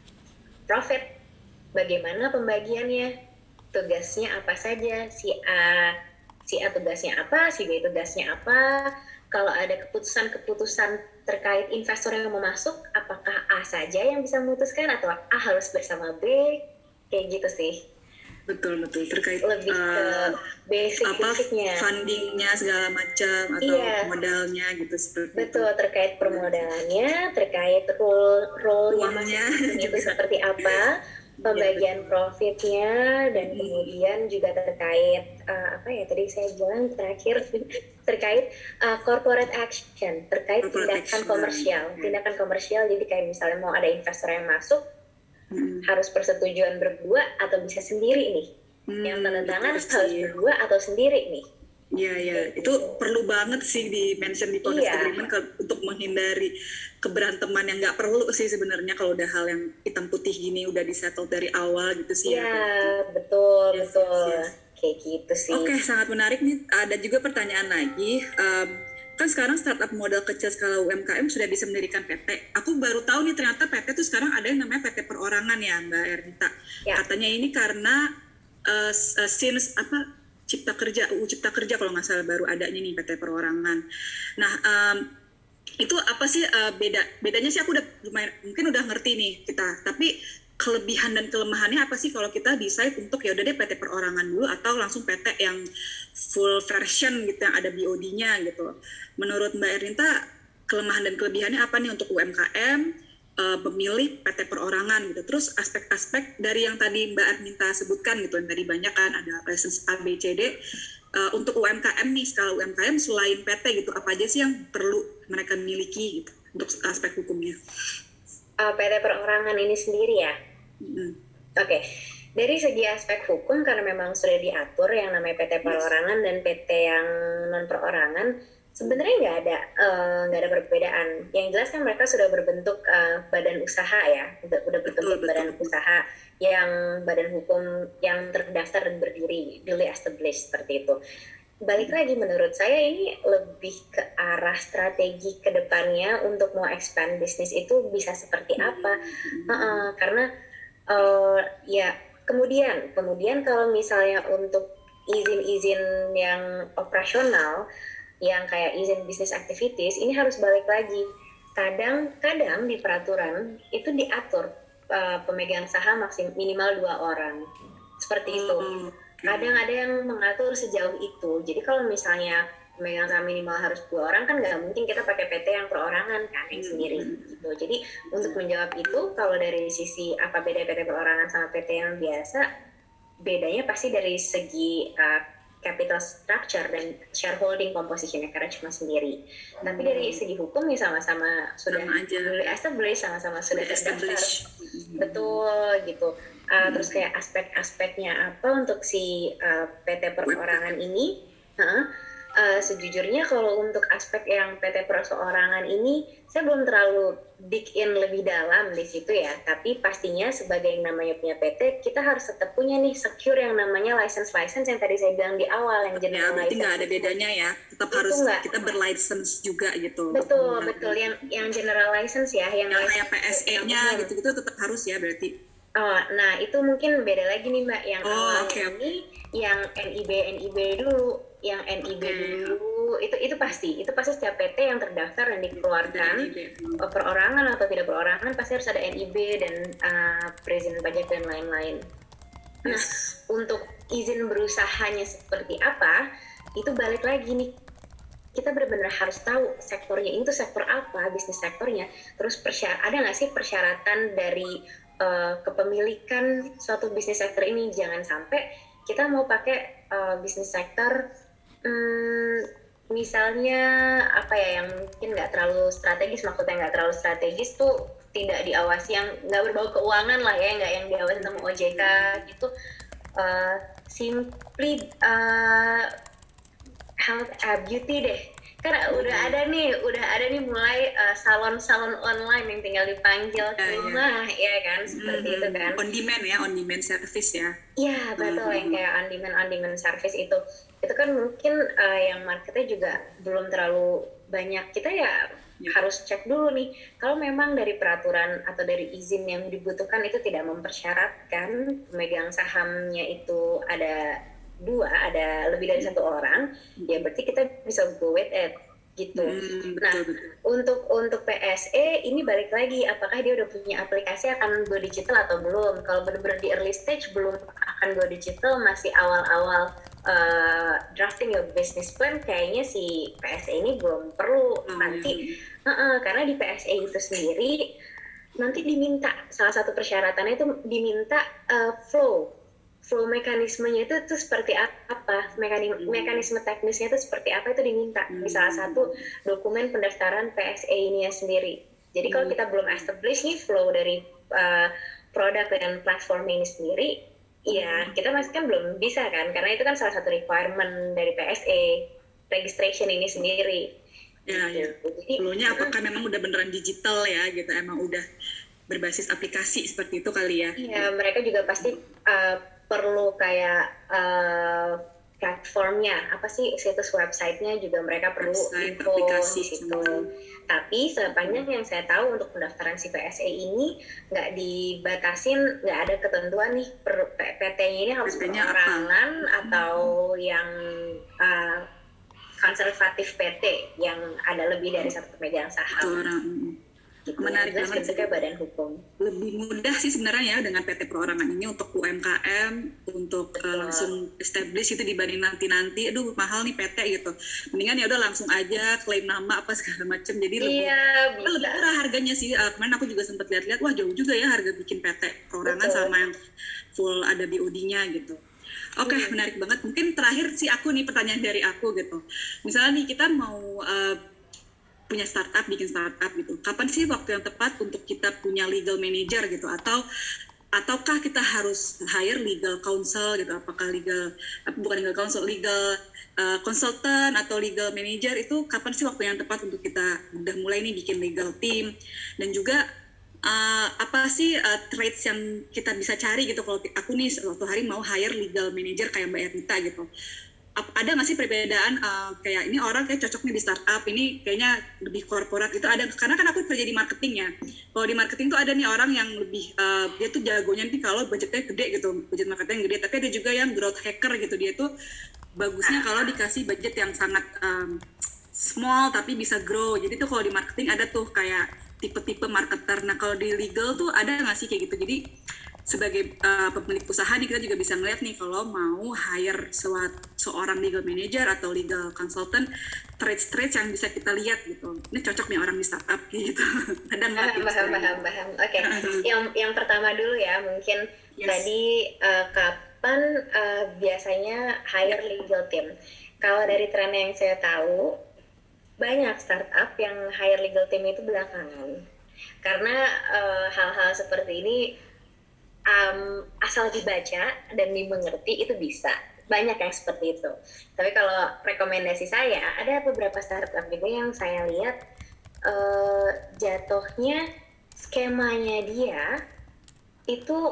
S2: profit, bagaimana pembagiannya, tugasnya apa saja, si A si A tugasnya apa, si B tugasnya apa, kalau ada keputusan-keputusan terkait investor yang mau masuk, apakah A saja yang bisa memutuskan atau A harus bersama B, kayak gitu sih.
S1: Betul betul terkait
S2: lebih
S1: uh,
S2: ke basic-basicnya,
S1: fundingnya segala macam atau
S2: iya,
S1: modalnya gitu seperti
S2: betul
S1: itu.
S2: Terkait permodalannya, terkait role role-nya masing-masing itu seperti apa, pembagian profitnya, dan hmm. kemudian juga terkait uh, apa ya tadi saya bilang terakhir terkait uh, corporate action, terkait corporate tindakan action. komersial, tindakan komersial. Jadi kayak misalnya mau ada investor yang masuk, hmm. harus persetujuan berdua atau bisa sendiri nih, hmm, yang tanda tangan harus berdua atau sendiri nih.
S1: Iya, iya, itu perlu banget sih di mention di podcast iya. agreement ke, untuk menghindari keberanteman yang nggak perlu sih sebenarnya kalau udah hal yang hitam putih gini udah disettle dari awal gitu sih.
S2: Iya, ya, betul, yes, betul, yes, yes. Kayak gitu sih.
S1: Oke, okay, sangat menarik nih. Ada juga pertanyaan lagi. Um, kan sekarang startup modal kecil skala U M K M sudah bisa mendirikan P T. Aku baru tahu nih ternyata P T tuh sekarang ada yang namanya P T perorangan ya, Mbak Ernita. Ya. Katanya ini karena uh, since apa? Cipta Kerja, U U Cipta Kerja kalau nggak salah baru adanya nih P T perorangan. Nah, um, itu apa sih uh, beda? Bedanya sih aku udah lumayan, mungkin udah ngerti nih kita. Tapi kelebihan dan kelemahannya apa sih kalau kita decide untuk ya udah deh P T perorangan dulu atau langsung P T yang full version gitu yang ada B O D-nya gitu. Menurut Mbak Ernita, kelemahan dan kelebihannya apa nih untuk U M K M? Uh, pemilih P T perorangan gitu. Terus aspek-aspek dari yang tadi Mbak Ernita sebutkan gitu, yang tadi banyak kan ada license A, B, C, D. Uh, untuk U M K M nih, skala U M K M selain P T gitu, apa aja sih yang perlu mereka miliki gitu untuk aspek hukumnya?
S2: Uh, P T perorangan ini sendiri ya? Mm-hmm. Oke, okay. Dari segi aspek hukum karena memang sudah diatur yang namanya P T perorangan yes. dan P T yang non perorangan, sebenarnya nggak ada nggak uh, ada perbedaan. Yang jelas kan mereka sudah berbentuk uh, badan usaha ya, udah, udah berbentuk betul, badan betul. usaha yang badan hukum yang terdaftar dan berdiri, duly established seperti itu. Balik hmm. lagi menurut saya ini lebih ke arah strategi kedepannya untuk mau expand bisnis itu bisa seperti apa, hmm. uh, uh, karena uh, ya kemudian kemudian kalau misalnya untuk izin-izin yang operasional yang kayak izin bisnis activities ini harus balik lagi. Kadang-kadang di peraturan itu diatur uh, pemegang saham maksimal minimal dua orang. Seperti itu. Kadang ada yang mengatur sejauh itu. Jadi kalau misalnya pemegang saham minimal harus dua orang kan nggak mungkin kita pakai P T yang perorangan kan yang sendiri gitu. Jadi untuk menjawab itu kalau dari sisi apa beda P T perorangan sama P T yang biasa, bedanya pasti dari segi uh, capital structure dan shareholding composition-nya karena cuma sendiri. Hmm. Tapi dari segi hukum ya sama-sama sudah
S1: duly
S2: established, sama-sama sudah terdaftar.
S1: Hmm.
S2: Betul gitu. Uh, hmm. Terus kayak aspek-aspeknya apa untuk si uh, P T perorangan ini? Uh, uh, sejujurnya kalau untuk aspek yang P T perorangan ini saya belum terlalu dig in lebih dalam di situ ya, tapi pastinya sebagai yang namanya punya P T kita harus tetap punya nih secure yang namanya license-license yang tadi saya bilang di awal yang general
S1: ya,
S2: license.
S1: Nggak ada bedanya ya, tetap itu harus enggak. Kita berlicense juga gitu.
S2: Betul, betul yang yang general license ya, yang,
S1: yang kayak P S E-nya gitu-gitu tetap harus ya berarti.
S2: Oh, nah itu mungkin beda lagi nih Mbak, yang
S1: oh,
S2: awal
S1: okay.
S2: ini yang N I B N I B dulu, yang N I B okay. dulu itu itu pasti, itu pasti setiap P T yang terdaftar dan dikeluarkan perorangan atau tidak perorangan pasti harus ada N I B dan uh, perizinan pajak dan lain-lain. Nah, yes. Untuk izin berusahanya seperti apa, itu balik lagi nih. Kita benar-benar harus tahu sektornya itu sektor apa, bisnis sektornya. Terus persyarat, ada nggak sih persyaratan dari Uh, kepemilikan suatu bisnis sektor ini? Jangan sampai kita mau pakai uh, bisnis sektor um, misalnya apa ya yang mungkin nggak terlalu strategis, maksudnya nggak terlalu strategis tuh tidak diawasi, yang nggak berbau keuangan lah ya, nggak yang diawasi sama O J K gitu, uh, simply uh, health uh, beauty deh. kan udah ada nih, udah ada nih mulai uh, salon-salon online yang tinggal dipanggil ke
S1: Ya,
S2: rumah, ya, ya kan, seperti
S1: mm-hmm.
S2: itu kan.
S1: On demand ya, on demand service ya.
S2: Iya betul, mm-hmm. yang kayak on demand on demand service itu, itu kan mungkin uh, yang marketnya juga belum terlalu banyak. Kita ya, ya harus cek dulu nih, kalau memang dari peraturan atau dari izin yang dibutuhkan itu tidak mempersyaratkan pemegang sahamnya itu ada dua, ada lebih dari satu orang, ya berarti kita bisa go with it gitu. Hmm, nah, betul, betul. untuk untuk P S E ini balik lagi, apakah dia udah punya aplikasi akan go digital atau belum? Kalau benar-benar di early stage belum akan go digital, masih awal-awal uh, drafting your business plan, kayaknya si P S E ini belum perlu. Hmm. Nanti uh-uh, karena di P S E itu sendiri nanti diminta, salah satu persyaratannya itu diminta uh, flow flow mekanismenya itu tuh seperti apa, mekanisme, mekanisme teknisnya itu seperti apa, itu diminta di salah satu dokumen pendaftaran P S E ini ya sendiri. Jadi kalau kita belum establish nih flow dari uh, produk dan platform ini sendiri, ya kita masih kan belum bisa kan, karena itu kan salah satu requirement dari P S E registration ini sendiri.
S1: Ya, ya. Jadi flow-nya apakah memang udah beneran digital ya, gitu, emang udah berbasis aplikasi seperti itu kali ya?
S2: Iya, mereka juga pasti uh, perlu kayak uh, platformnya, apa sih, situs websitenya juga mereka perlu
S1: website,
S2: info
S1: aplikasi
S2: di situ. Tapi sepanjang yang saya tahu untuk pendaftaran si P S E ini nggak dibatasin, nggak ada ketentuan nih per, P T-nya ini harus perorangan atau yang uh, konservatif P T yang ada lebih dari satu pemegang saham. Gitu.
S1: Menarik banget
S2: sih, badan hukum.
S1: Lebih mudah sih sebenarnya ya dengan P T perorangan ini untuk U M K M, untuk uh, langsung establish itu dibanding nanti-nanti, aduh mahal nih P T gitu. Mendingan ya udah langsung aja klaim nama apa segala macam. Jadi lebih,
S2: iya,
S1: lebih murah harganya sih. Uh, kemarin aku juga sempat lihat-lihat, wah jauh juga ya harga bikin P T perorangan Betul. Sama yang full ada B O D-nya gitu. Oke, okay, hmm. menarik banget. Mungkin terakhir sih aku nih, pertanyaan dari aku gitu. Misalnya nih kita mau uh, punya startup, bikin startup gitu. Kapan sih waktu yang tepat untuk kita punya legal manager gitu? Atau ataukah kita harus hire legal counsel gitu? Apakah legal, bukan legal counsel, legal uh, consultant atau legal manager, itu kapan sih waktu yang tepat untuk kita udah mulai nih bikin legal team? Dan juga uh, apa sih uh, traits yang kita bisa cari gitu? Kalau aku nih suatu hari mau hire legal manager kayak Mbak Ernita gitu. Ada nggak sih perbedaan uh, kayak ini orang kayak cocok nih di startup, ini kayaknya lebih korporat gitu, ada, karena kan aku kerja di marketing ya. Kalau di marketing tuh ada nih orang yang lebih uh, dia tuh jagonya nih kalau budgetnya gede gitu, budget marketing gede, tapi ada juga yang growth hacker gitu, dia tuh bagusnya kalau dikasih budget yang sangat um, small tapi bisa grow. Jadi tuh kalau di marketing ada tuh kayak tipe-tipe marketer. Nah kalau di legal tuh ada nggak sih kayak gitu? Jadi sebagai uh, pemilik usaha nih kita juga bisa ngeliat nih kalau mau hire sewat, seorang legal manager atau legal consultant, traits-traits yang bisa kita lihat gitu. Ini cocok nih orang di startup gitu. Ada nggak?
S2: Paham, paham, paham. Oke, okay. yang yang pertama dulu ya, mungkin yes. Tadi uh, kapan uh, biasanya hire legal team? Kalau dari tren yang saya tahu, banyak startup yang hire legal team itu belakangan. Karena uh, hal-hal seperti ini Um, asal dibaca dan dimengerti itu bisa, banyak yang seperti itu. Tapi kalau rekomendasi saya, ada beberapa startup juga yang saya lihat uh, jatuhnya skemanya dia itu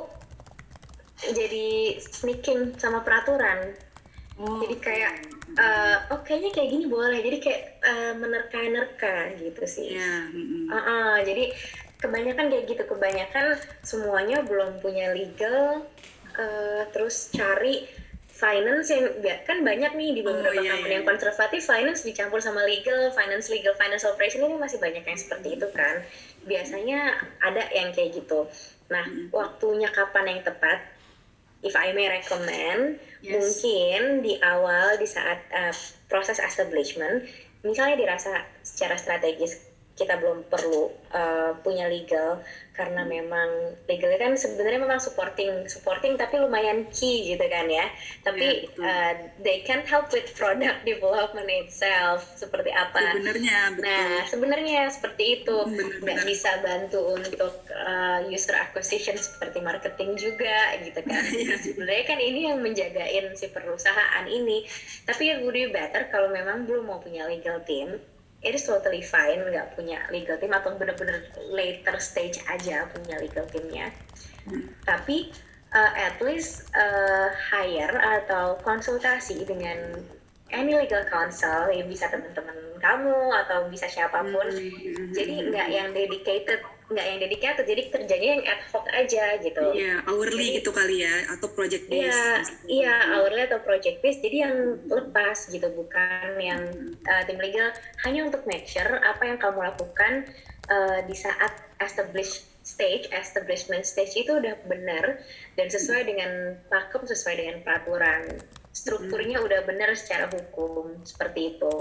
S2: jadi sneaking sama peraturan. Oh. Jadi kayak uh, oh kayaknya kayak gini boleh, jadi kayak uh, menerka-nerka gitu sih. Yeah. Mm-hmm. Uh-uh, jadi kebanyakan kayak gitu, kebanyakan semuanya belum punya legal, uh, terus cari finance yang kan banyak nih di beberapa oh, iya, company iya. Yang konservatif, finance dicampur sama legal, finance legal, finance operation, ini masih banyak yang seperti itu kan. Biasanya ada yang kayak gitu. Nah, hmm. waktunya kapan yang tepat? If I may recommend, yes. mungkin di awal, di saat uh, proses establishment, misalnya dirasa secara strategis kita belum perlu uh, punya legal karena memang legal kan sebenarnya memang supporting supporting tapi lumayan key gitu kan ya, tapi yeah, uh, they can help with product development itself seperti apa
S1: sebenarnya.
S2: Nah sebenarnya seperti itu, nggak bisa bantu untuk uh, user acquisition seperti marketing juga gitu kan. Sebenarnya kan ini yang menjagain si perusahaan ini, tapi it would be better kalau memang belum mau punya legal team, it is totally fine nggak punya legal team atau benar-benar later stage aja punya legal teamnya. Hmm. Tapi uh, at least uh, hire atau konsultasi dengan any legal counsel, ya bisa teman-teman kamu atau bisa siapapun. Hmm. Jadi nggak yang dedicated, nggak yang dedicated, jadi kerjanya yang ad hoc aja gitu.
S1: Iya, yeah, hourly jadi, gitu kali ya, atau project based.
S2: Iya, iya hourly atau project based. Jadi yang lepas gitu, bukan yang uh, tim legal hanya untuk make sure apa yang kamu lakukan uh, di saat established stage, establishment stage itu udah benar dan sesuai dengan pakem, sesuai dengan peraturan. Strukturnya hmm. udah benar secara hukum seperti itu.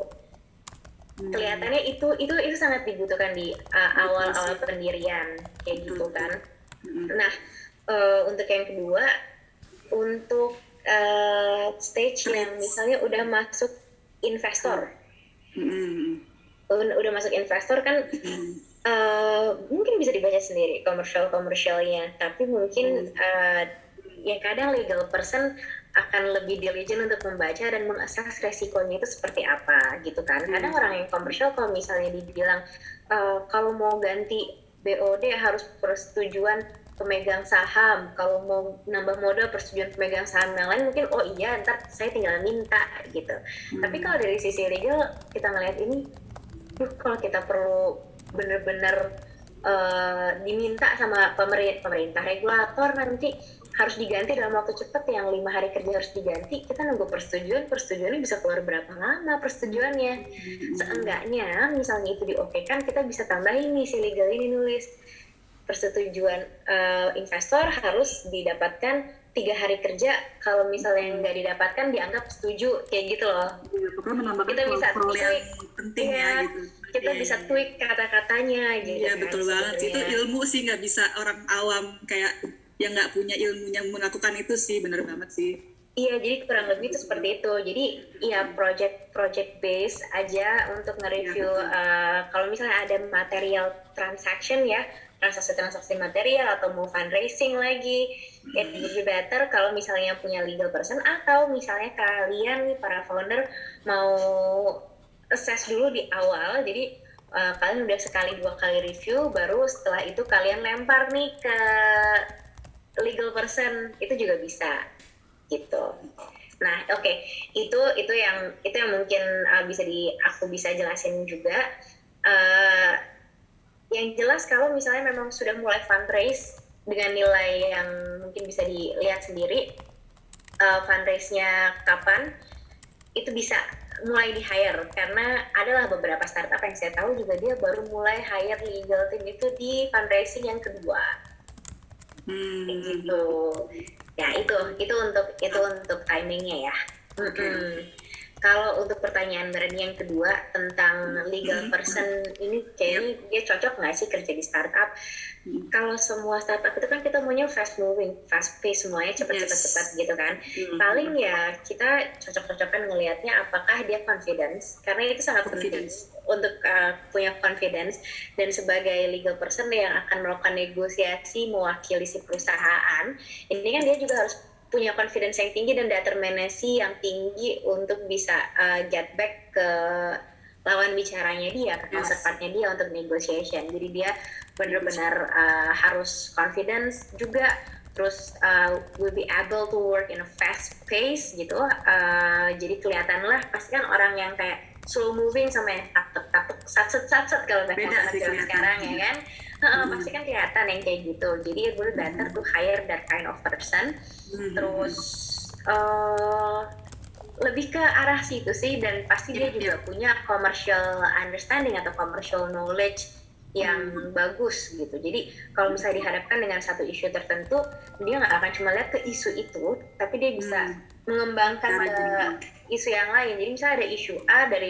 S2: Hmm. Kelihatannya itu itu itu sangat dibutuhkan di uh, awal-awal pendirian kayak gitu kan. Hmm. Nah, uh, untuk yang kedua, untuk uh, stage yang misalnya udah masuk investor, hmm. udah, udah masuk investor kan, hmm. uh, mungkin bisa dibaca sendiri komersial-komersialnya, tapi mungkin hmm. uh, ya kadang legal person akan lebih diligent untuk membaca dan mengassess resikonya itu seperti apa gitu kan. Hmm. Kadang orang yang komersial kalau misalnya dibilang uh, kalau mau ganti B O D harus persetujuan pemegang saham, kalau mau nambah modal persetujuan pemegang saham yang lain mungkin oh iya ntar saya tinggal minta gitu. Hmm. Tapi kalau dari sisi legal kita ngelihat ini, duh kalau kita perlu bener-bener uh, diminta sama pemerintah, pemerintah regulator nanti harus diganti dalam waktu cepat, yang lima hari kerja harus diganti, kita nunggu persetujuan, persetujuannya bisa keluar berapa lama persetujuannya. Seenggaknya misalnya itu diokekan, kita bisa tambahin nih si legal ini nulis persetujuan uh, investor harus didapatkan tiga hari kerja, kalau misalnya nggak didapatkan dianggap setuju kayak gitu loh. Kita bisa tweak,
S1: penting ya, gitu.
S2: Kita yeah, bisa tweak kata-katanya gitu.
S1: Iya, betul banget sih, itu ilmu sih, nggak bisa orang awam kayak yang nggak punya ilmunya melakukan itu sih, bener banget sih.
S2: Iya, jadi kurang lebih itu seperti itu. Jadi ya project project base aja untuk nge-review ya, uh, kalau misalnya ada material transaction ya, transaksi-transaksi material atau mau fundraising lagi, hmm. it would be better kalau misalnya punya legal person atau misalnya kalian nih para founder mau assess dulu di awal. Jadi uh, kalian udah sekali dua kali review, baru setelah itu kalian lempar nih ke legal person, itu juga bisa gitu. Nah, oke, okay. itu itu yang itu yang mungkin uh, bisa di aku bisa jelasin juga. Uh, yang jelas kalau misalnya memang sudah mulai fundraise dengan nilai yang mungkin bisa dilihat sendiri, uh, fundraise-nya kapan, itu bisa mulai di hire, karena adalah beberapa startup yang saya tahu juga dia baru mulai hire legal team itu di fundraising yang kedua. Hmm. Gitu. Ya itu itu untuk itu untuk timingnya ya. Okay. Kalau untuk pertanyaan Berani yang kedua tentang legal person ini kayaknya dia cocok nggak sih kerja di startup? Hmm. Kalau semua startup itu kan kita maunya fast moving, fast pace, semuanya cepat-cepat-cepat yes. gitu kan. Hmm. Paling ya kita cocok-cocokan ngelihatnya apakah dia confidence, karena itu sangat penting untuk uh, punya confidence, dan sebagai legal person yang akan melakukan negosiasi mewakili si perusahaan, ini kan dia juga harus punya confidence yang tinggi dan determinasi yang tinggi untuk bisa uh, get back ke lawan bicaranya dia, ke counterpartnya dia untuk negotiation. Jadi dia benar-benar uh, harus confidence juga, terus uh, will be able to work in a fast pace gitu. Uh, jadi kelihatan lah, pasti kan orang yang kayak slow moving sama yang takut-takut sat-sat-sat kalau bahasa sekarang ya kan. Uh, hmm. Pasti kan kelihatan yang kayak gitu. Jadi gue better to hire that kind of person. Hmm. Terus uh, lebih ke arah situ sih, dan pasti yeah, dia juga yeah. punya commercial understanding atau commercial knowledge yang hmm. bagus gitu. Jadi kalau misalnya dihadapkan dengan satu isu tertentu, dia nggak akan cuma lihat ke isu itu, tapi dia bisa hmm. mengembangkan ke isu yang lain. Jadi misalnya ada isu A dari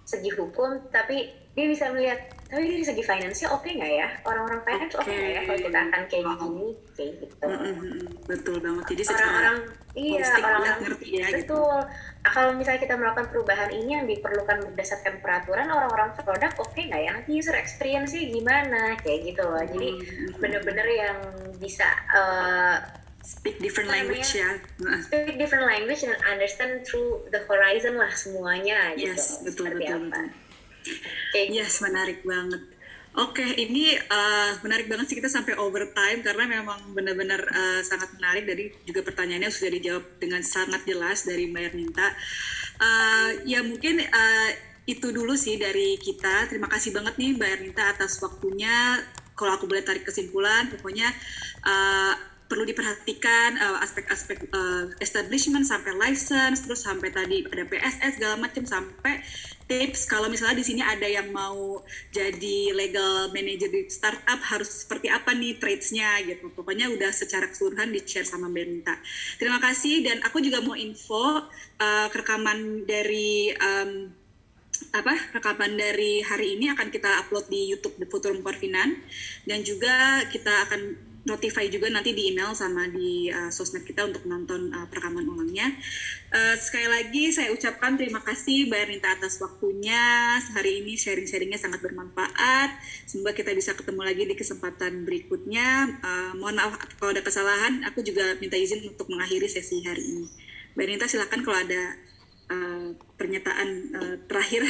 S2: segi hukum, tapi dia bisa melihat, tapi dari segi finansial oke okay nggak ya, orang-orang finance oke okay nggak ya kalau kita akan kayak gini, kayak gitu.
S1: Mm-mm, betul banget. Jadi secara
S2: Orang-orang iya orang-orang
S1: ngerti ya
S2: betul.
S1: gitu.
S2: Kalau misalnya kita melakukan perubahan ini yang diperlukan berdasarkan peraturan, orang-orang produk oke okay nggak ya, nanti user experience-nya gimana, kayak gitu loh. Jadi
S1: Mm-hmm.
S2: bener-bener yang bisa uh,
S1: speak different
S2: apa
S1: language
S2: namanya,
S1: ya.
S2: speak different language and understand through the horizon lah semuanya gitu.
S1: Yes, betul
S2: Seperti
S1: betul
S2: apa.
S1: betul.
S2: Okay.
S1: Yes, menarik banget. Oke, ini uh, menarik banget sih, kita sampai overtime karena memang benar-benar uh, sangat menarik. Dari juga pertanyaannya sudah dijawab dengan sangat jelas dari Mbak Ernita. Uh, ya mungkin uh, itu dulu sih dari kita. Terima kasih banget nih Mbak Ernita atas waktunya. Kalau aku boleh tarik kesimpulan, pokoknya uh, perlu diperhatikan uh, aspek-aspek uh, establishment sampai license, terus sampai tadi ada P S S segala macam, sampai tips kalau misalnya di sini ada yang mau jadi legal manager di startup harus seperti apa nih trades-nya gitu. Pokoknya udah secara keseluruhan di-share sama Mbak Ernita. Terima kasih, dan aku juga mau info uh, rekaman dari um, apa rekaman dari hari ini akan kita upload di YouTube The Futurum Korfinan, dan juga kita akan notify juga nanti di email sama di uh, sosmed kita untuk nonton uh, perekaman ulangnya. Uh, sekali lagi saya ucapkan terima kasih Mbak Ernita atas waktunya hari ini, sharing-sharingnya sangat bermanfaat. Semoga kita bisa ketemu lagi di kesempatan berikutnya. Uh, mohon maaf kalau ada kesalahan, aku juga minta izin untuk mengakhiri sesi hari ini. Mbak Ernita silakan kalau ada uh, pernyataan uh, terakhir.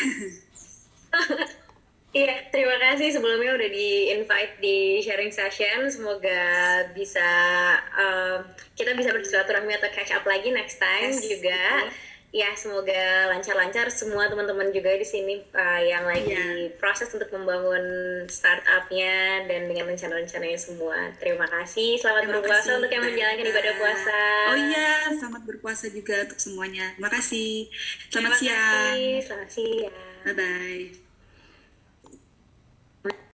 S2: Iya, terima kasih sebelumnya udah di-invite di sharing session. Semoga bisa uh, kita bisa bersilaturahmi atau catch up lagi next time yes, juga. Betul. Ya, semoga lancar-lancar semua teman-teman juga di sini uh, yang lagi yeah. proses untuk membangun startupnya dan dengan rencana-rencananya semua. Terima kasih. Selamat Terima berpuasa kasih, untuk yang menjalankan ibadah puasa.
S1: Oh iya, selamat berpuasa juga untuk semuanya. Terima kasih. Selamat
S2: Terima
S1: siang.
S2: Kasih. Selamat siang.
S1: Bye-bye.